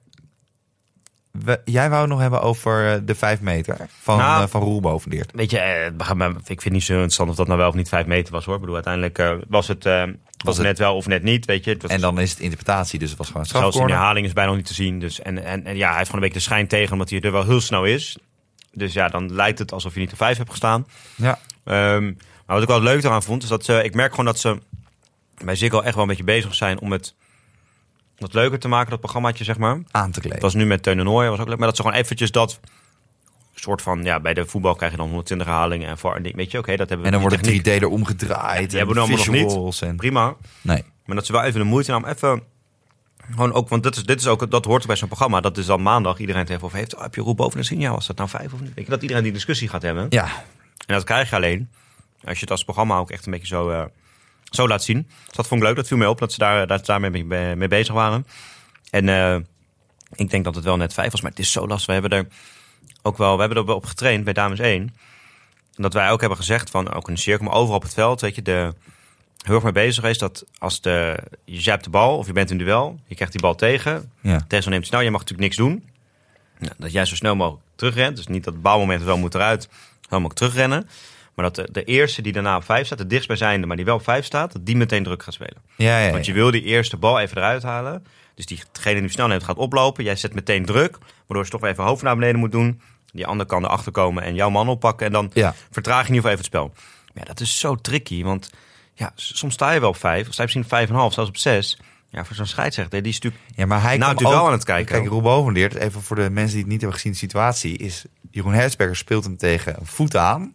we, jij wou het nog hebben over de vijf meter van, Nou, uh, van Roel Bovendeert. Weet je, eh, we gaan maar- ik vind het niet zo interessant of dat nou wel of niet vijf meter was hoor. Ik bedoel, uiteindelijk uh, was het, uh, was Was het het- net wel of net niet, weet je. Het was En dan is het interpretatie, dus het was gewoon een zelfs in de strafcorner. herhaling is bijna nog niet te zien. Dus, en, en, en ja, hij heeft gewoon een beetje de schijn tegen omdat hij er wel heel snel is. Dus ja, dan lijkt het alsof je niet op vijf hebt gestaan. Ja. Um, maar wat ik wel leuk eraan vond, is dat ze, ik merk gewoon dat ze bij Ziggo echt wel een beetje bezig zijn om het wat leuker te maken, dat programmaatje, zeg maar. Aan te kleden. Het was nu met Teun en Nooijen, was ook leuk. Maar dat ze gewoon eventjes dat soort van, ja, bij de voetbal krijg je dan honderdtwintig herhalingen en voor, weet je, oké, okay, dat hebben we. En dan wordt die het techniek. drie D er omgedraaid. Die en hebben we allemaal nog niet. visuals En... Prima. Nee. Maar dat ze wel even de moeite namen, even gewoon ook, want dit is, dit is ook, dat hoort bij zo'n programma. Dat is dan maandag iedereen het even over heeft. Oh, heb je Roel boven gezien? Ja, was dat nou vijf of niet? Weet je, dat iedereen die discussie gaat hebben. Ja. En dat krijg je alleen als je het als programma ook echt een beetje zo, uh, zo laat zien. Dus dat vond ik leuk. Dat viel mij op dat ze daar, dat ze daarmee mee, mee bezig waren. En uh, ik denk dat het wel net vijf was, maar het is zo lastig. We hebben er ook wel, we hebben er wel op getraind bij dames één. En dat wij ook hebben gezegd van, ook in de cirkel, maar overal op het veld, weet je, de, heel erg mee bezig geweest dat als de, je hebt de bal of je bent in duel, je krijgt die bal tegen, Ja. tegenstander neemt snel, je mag natuurlijk niks doen. Nou, dat jij zo snel mogelijk terugrent. Dus niet dat het bouwmoment wel moet eruit, zo mogelijk terugrennen. Maar dat de, de eerste die daarna op vijf staat, de dichtstbijzijnde, maar die wel op vijf staat, dat die meteen druk gaat spelen. Ja, ja, ja. Want je wil die eerste bal even eruit halen. Dus diegene die snel neemt gaat oplopen. Jij zet meteen druk, waardoor ze toch even hoofd naar beneden moet doen. Die ander kan erachter komen en jouw man oppakken. En dan Ja. vertraag je in ieder geval even het spel. Ja, dat is zo tricky, want ja, soms sta je wel op vijf. Of sta je misschien op vijf en een half, zelfs op zes. Ja, voor zo'n scheidsrechter, die is natuurlijk... Ja, maar hij Nou, kwam het duel ook- aan het kijken. Kijk, Roel Bovendeert, even voor de mensen die het niet hebben gezien, de situatie is... Jeroen Hersberger speelt hem tegen een voet aan.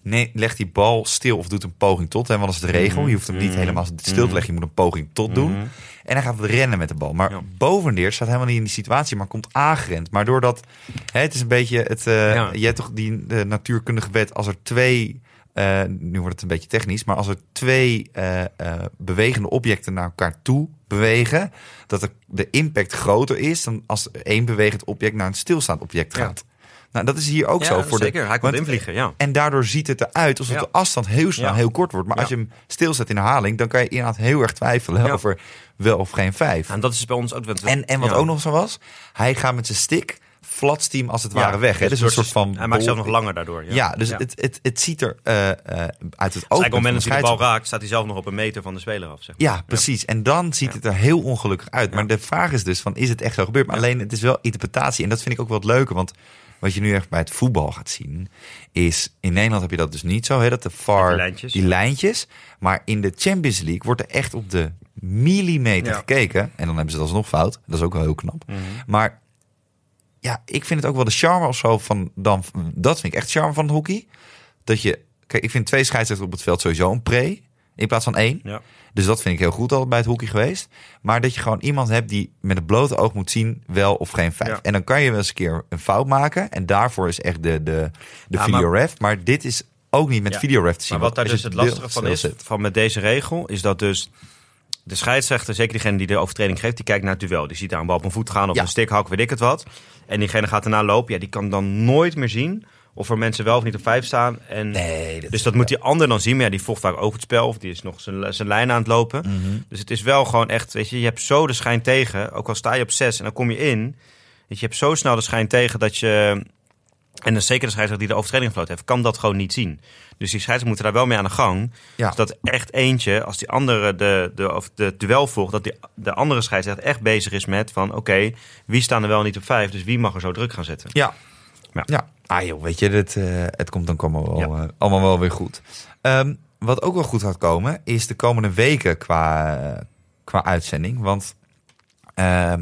nee, legt die bal stil of doet een poging tot. Hè, want dat is de regel. Mm-hmm. Je hoeft hem niet Mm-hmm. helemaal stil te leggen. Je moet een poging tot Mm-hmm. doen. En hij gaat rennen met de bal. Maar ja. Bovenleer staat helemaal niet in die situatie, maar komt aangerend. Maar doordat, hè, het is een beetje, het, uh, ja. je hebt toch die de natuurkundige wet, als er twee, uh, nu wordt het een beetje technisch, maar als er twee uh, uh, bewegende objecten naar elkaar toe bewegen, dat de, de impact groter is dan als één bewegend object naar een stilstaand object gaat. Ja. Nou, dat is hier ook ja, zo. Voor zeker. De, hij komt invliegen, ja. En daardoor ziet het eruit alsof ja. de afstand heel snel ja. heel kort wordt. Maar ja. als je hem stilzet in herhaling, dan kan je inderdaad heel erg twijfelen ja. over wel of geen vijf. En dat is bij ons ook... En, en wat ja. ook nog zo was, hij gaat met zijn stick flatsteam als het ja, ware weg. Hè? Dus een soort van hij maakt zelf nog langer daardoor. Ja, ja dus ja. Het, het, het ziet er uh, uh, uit het oog. Op het moment dat hij de bal raakt, staat hij zelf nog op een meter van de speler af. Zeg maar. Ja, precies. Ja. En dan ziet ja. het er heel ongelukkig uit. Ja. Maar de vraag is dus, van, is het echt zo gebeurd? Maar ja. alleen, het is wel interpretatie. En dat vind ik ook wel het leuke, want wat je nu echt bij het voetbal gaat zien, is in Nederland heb je dat dus niet zo, hè, dat de V A R, die lijntjes. die lijntjes. Maar in de Champions League wordt er echt op de millimeter ja. gekeken. En dan hebben ze het alsnog fout. Dat is ook wel heel knap. Mm-hmm. Maar ja, ik vind het ook wel de charme of zo van dan. Dat vind ik echt charme van het hockey. Dat je, kijk, ik vind twee scheidsrechters op het veld sowieso een pre in plaats van één. Ja. Dus dat vind ik heel goed altijd bij het hockey geweest. Maar dat je gewoon iemand hebt die met het blote oog moet zien wel of geen vijf. Ja. En dan kan je wel eens een keer een fout maken. En daarvoor is echt de, de, de ja, videoref. Maar, maar dit is ook niet met ja. videoref te zien. Maar wat daar dus het lastige van is, zit. van met deze regel, is dat dus de scheidsrechter, zeker diegene die de overtreding geeft, die kijkt naar het duel. Die ziet daar een bal op een voet gaan of ja. een stikhak, weet ik het wat. En diegene gaat erna lopen. Ja, die kan dan nooit meer zien of er mensen wel of niet op vijf staan. En nee, dat dus dat moet die ander dan zien. Maar ja, die volgt vaak over het spel of die is nog zijn, zijn lijn aan het lopen. Mm-hmm. Dus het is wel gewoon echt, weet je, je hebt zo de schijn tegen. Ook al sta je op zes en dan kom je in. Weet je, je hebt zo snel de schijn tegen dat je, en dan zeker de scheidsrechter die de overtreding gefloten heeft, kan dat gewoon niet zien. Dus die scheidsrechter moeten daar wel mee aan de gang. Ja. Dus dat echt eentje, als die andere de, de, of de duel volgt, dat die, de andere scheidsrechter echt bezig is met van oké, okay, wie staan er wel niet op vijf, dus wie mag er zo druk gaan zetten. Ja, ja. ja. Ah joh, weet je, dit, uh, het komt dan allemaal wel, ja. uh, allemaal wel weer goed. Um, wat ook wel goed gaat komen, is de komende weken qua, uh, qua uitzending. Want uh,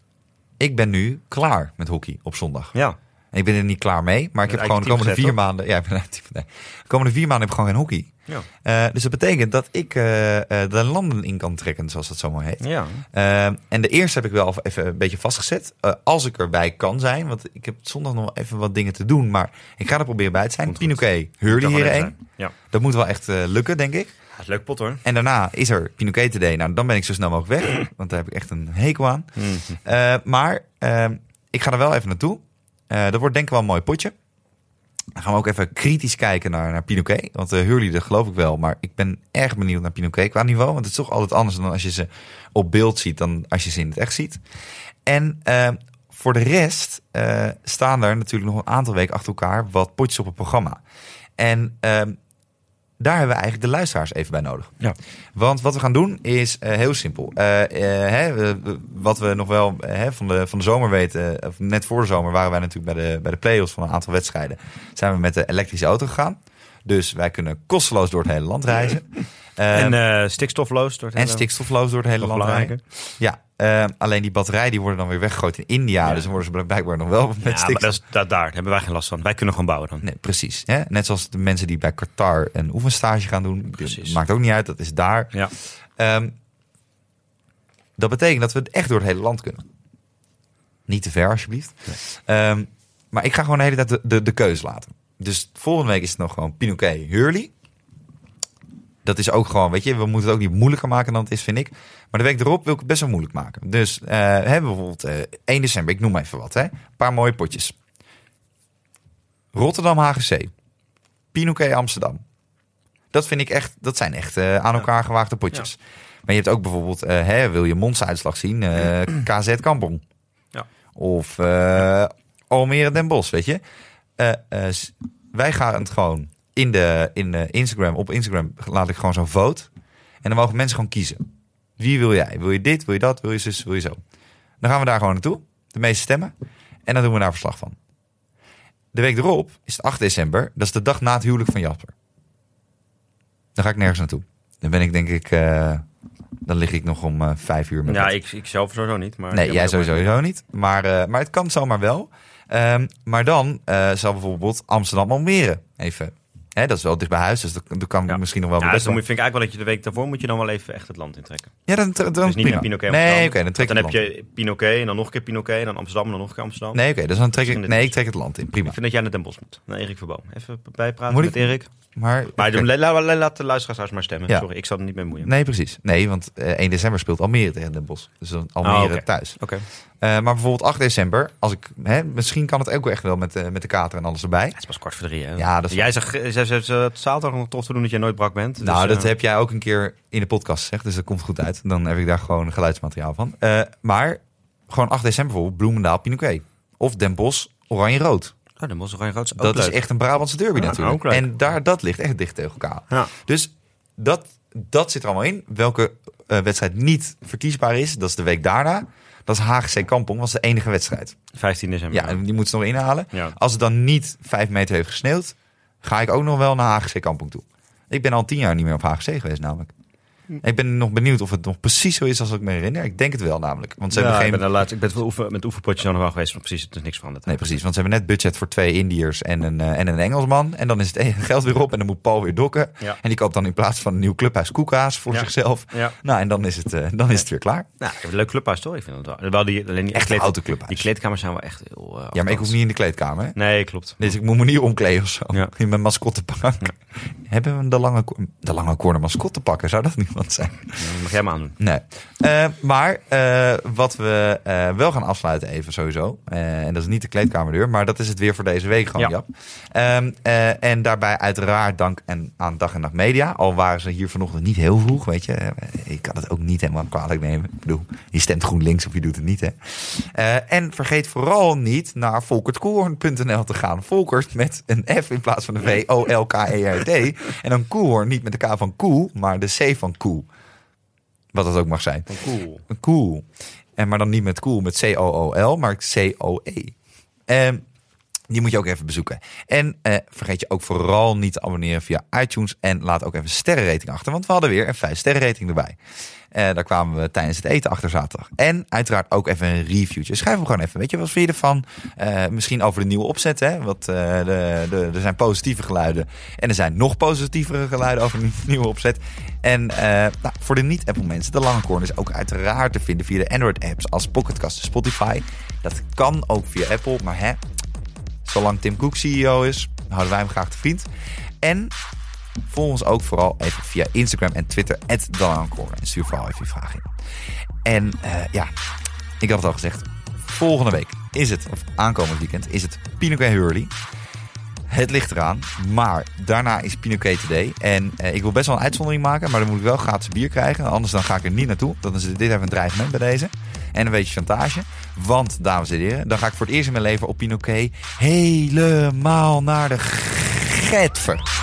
ik ben nu klaar met hockey op zondag. Ja. En ik ben er niet klaar mee, maar ik heb gewoon de komende vier hoor. maanden... Ja, ik ben uit nee. De komende vier maanden heb ik gewoon geen hockey. Ja. Uh, dus dat betekent dat ik uh, uh, de landen in kan trekken, zoals dat zo mooi heet. Ja. Uh, en de eerste heb ik wel even een beetje vastgezet. Uh, als ik erbij kan zijn, want ik heb zondag nog even wat dingen te doen. Maar ik ga er proberen bij te zijn. Pinoquet, Hurley hier één. Ja. Dat moet wel echt uh, lukken, denk ik. Ja, is leuk pot hoor. En daarna is er Pinoquet Today. Nou, dan ben ik zo snel mogelijk weg. Want daar heb ik echt een hekel aan. Mm-hmm. Uh, maar uh, ik ga er wel even naartoe. Uh, dat wordt denk ik wel een mooi potje. Dan gaan we ook even kritisch kijken naar, naar Pinoquet. Want uh, Hurley, dat geloof ik wel. Maar ik ben erg benieuwd naar Pinoquet qua niveau. Want het is toch altijd anders dan als je ze op beeld ziet dan als je ze in het echt ziet. En uh, voor de rest uh, staan er natuurlijk nog een aantal weken achter elkaar wat potjes op het programma. En uh, daar hebben we eigenlijk de luisteraars even bij nodig. Ja. Want wat we gaan doen is uh, heel simpel. Uh, uh, hè, uh, wat we nog wel uh, van, de, van de zomer weten, of net voor de zomer waren wij natuurlijk bij de, bij de play-offs van een aantal wedstrijden. Zijn we met de elektrische auto gegaan. Dus wij kunnen kosteloos door het hele land reizen. Uh, en uh, stikstofloos door het hele En stikstofloos door het hele land rijden. Ja, uh, alleen die batterijen die worden dan weer weggegooid in India. Ja. Dus dan worden ze blijkbaar nog wel met ja, stikstof. Maar dat is, dat, daar hebben wij geen last van. Wij kunnen gewoon bouwen dan. Nee, precies. Hè? Net zoals de mensen die bij Qatar een oefenstage gaan doen. Precies. Maakt ook niet uit, dat is daar. Ja. Um, dat betekent dat we het echt door het hele land kunnen. Niet te ver, alsjeblieft. Nee. Um, maar ik ga gewoon de hele tijd de, de, de keuze laten. Dus volgende week is het nog gewoon Pinoquet, Hurley. Dat is ook gewoon, weet je, we moeten het ook niet moeilijker maken dan het is, vind ik. Maar de week erop wil ik het best wel moeilijk maken. Dus uh, hebben we bijvoorbeeld uh, één december, ik noem even wat, hè. Een paar mooie potjes. Rotterdam H G C. Pinoquet Amsterdam. Dat vind ik echt, dat zijn echt uh, aan elkaar gewaagde potjes. Ja. Maar je hebt ook bijvoorbeeld, uh, hè, wil je Monza uitslag zien, uh, K Z Kampong. Ja. Of uh, Almere Den Bosch, weet je. Uh, uh, wij gaan het gewoon in de in de Instagram, op Instagram laat ik gewoon zo'n vote. En dan mogen mensen gewoon kiezen. Wie wil jij? Wil je dit? Wil je dat? Wil je zus? Wil je zo? Dan gaan we daar gewoon naartoe. De meeste stemmen. En dan doen we daar verslag van. De week erop is het acht december. Dat is de dag na het huwelijk van Jasper. Dan ga ik nergens naartoe. Dan ben ik denk ik... Uh, dan lig ik nog om uh, vijf uur met Ja, ik, ik zelf sowieso niet. Maar nee, jij sowieso, sowieso niet. Maar, uh, maar het kan zomaar wel. Um, maar dan uh, zal bijvoorbeeld Amsterdam Almere even Hè, dat is wel dicht bij huis, dus dat, dat kan Ja. misschien nog wel... Ja, best dus dan wel- moet, vind ik eigenlijk wel dat je de week daarvoor moet je dan wel even echt het land intrekken. Ja, dan, dan, dan Dus niet prima. naar Pinoquet Nee, Amsterdam. oké, dan trek Dan ik heb het land. je Pinoquet en dan nog een keer Pinoquet en dan Amsterdam en dan nog een keer Amsterdam. Nee, oké, dus dan trek ik... Verschillende Nee, ik trek het land in, prima. Ik vind dat jij naar Den Bosch moet. Naar Erik Verboom. Even bijpraten Moet met ik- Erik. Maar, Maar oké. doe- la- la- la- laat de luisteraars thuis maar stemmen. Ja. Sorry, ik zal er niet mee moeien. Nee, precies. Nee, want eh, één december speelt Almere tegen Den Bosch. Dus dan Almere Oh, oké. thuis. Oké. Eh, maar bijvoorbeeld acht december, als ik, hè, misschien kan het ook echt wel met, eh, met de kater en alles erbij. Het is pas kwart voor drie, hè? Ja, dat is- Jij zegt, ze ze- ze- het zaterdag nog tof te doen dat je nooit brak bent. Nou, dus, dat eh, heb jij ook een keer in de podcast gezegd, dus dat komt goed uit. Dan heb ik daar gewoon geluidsmateriaal van. Eh, maar gewoon acht december bijvoorbeeld, Bloemendaal, Pinoquet. Of Den Bosch, Oranje-Rood. Oh, Den Bosch Oranje-Rood is ook Dat leuk. is echt een Brabantse derby Ja, natuurlijk. ook leuk. En daar, dat ligt echt dicht tegen elkaar. Ja. Dus dat, dat zit er allemaal in. Welke eh, wedstrijd niet verkiesbaar is, dat is de week daarna. Dat is H G C Kampong, was de enige wedstrijd. vijftien december. Ja, en die moeten ze nog inhalen. Ja. Als het dan niet vijf meter heeft gesneeuwd, ga ik ook nog wel naar H G C Kampong toe. Ik ben al tien jaar niet meer op H G C geweest namelijk. Ik ben nog benieuwd of het nog precies zo is als ik me herinner. Ik denk het wel namelijk. Want ze Ja, hebben ik geen... ben, er laatst, ik ben oefen, met oefenpotjes nog wel geweest, maar precies, het is niks veranderd. Nee, precies. Want ze hebben net budget voor twee Indiërs en een, eh, en een Engelsman. En dan is het geld weer op en dan moet Paul weer dokken. Ja. En die koopt dan in plaats van een nieuw clubhuis koekhaas voor Ja. zichzelf. Ja. Nou, en dan is het, eh, dan is het weer klaar. Nou, ik heb een leuk clubhuis, toch? Ik vind het wel. wel die, alleen die Echt kleed- een houten clubhuis. Die kleedkamers zijn wel echt heel... uh, Ja, maar ik hoef niet in de kleedkamer. Hè? Nee, klopt. Dus ik moet me niet omkleden of zo. Ja. In mijn mascottepak. Hebben we de lange, ko- de lange corner mascotte pakken? Zou dat niet wat zijn? Dan mag jij maar aandoen. Nee. Eh, maar eh, wat we eh, wel gaan afsluiten even sowieso. eh, en dat is niet de kleedkamerdeur. Maar dat is het weer voor deze week gewoon, Ja. Jap. Ehm, eh, en daarbij uiteraard dank en, aan Dag en Nacht Media. Al waren ze hier vanochtend niet heel vroeg, weet je. Eh, Ik kan het ook niet helemaal kwalijk nemen. Ik bedoel, je stemt GroenLinks of je doet het niet, hè. Eh, en vergeet vooral niet naar volkertkoelhoorn punt n l te gaan. Volkert met een F in plaats van de V, O L K E R T. En dan Koelhoorn, niet met de K van koel, maar de C van koel. Wat dat ook mag zijn. Cool. Cool. En maar dan niet met cool, met C O O L, maar C O E. Ehm die moet je ook even bezoeken. En eh, vergeet je ook vooral niet te abonneren via iTunes. En laat ook even een sterrenrating achter. Want we hadden weer een vijf sterrenrating erbij. Eh, daar kwamen we tijdens het eten achter zaterdag. En uiteraard ook even een reviewtje. Schrijf hem gewoon even. Weet je, wat vind je ervan? Eh, misschien over de nieuwe opzet. Hè? Want eh, de, de, er zijn positieve geluiden. En er zijn nog positievere geluiden over een nieuwe opzet. En eh, nou, voor de niet-Apple mensen, de lange corner is ook uiteraard te vinden via de Android-apps als Pocketcast en Spotify. Dat kan ook via Apple, maar hè, zolang Tim Cook C E O is, houden wij hem graag te vriend. En volg ons ook vooral even via Instagram en Twitter, at de lange corner. En stuur vooral even je vragen in. En uh, ja, ik had het al gezegd. Volgende week is het, of aankomend weekend, is het Pinoquet Hurley. Het ligt eraan, maar daarna is Pinoquet Today. En uh, ik wil best wel een uitzondering maken, maar dan moet ik wel gratis bier krijgen. Anders dan ga ik er niet naartoe. Dan is dit even een dreigement bij deze. En een beetje chantage. Want, dames en heren, dan ga ik voor het eerst in mijn leven op Pinoquet helemaal naar de getver.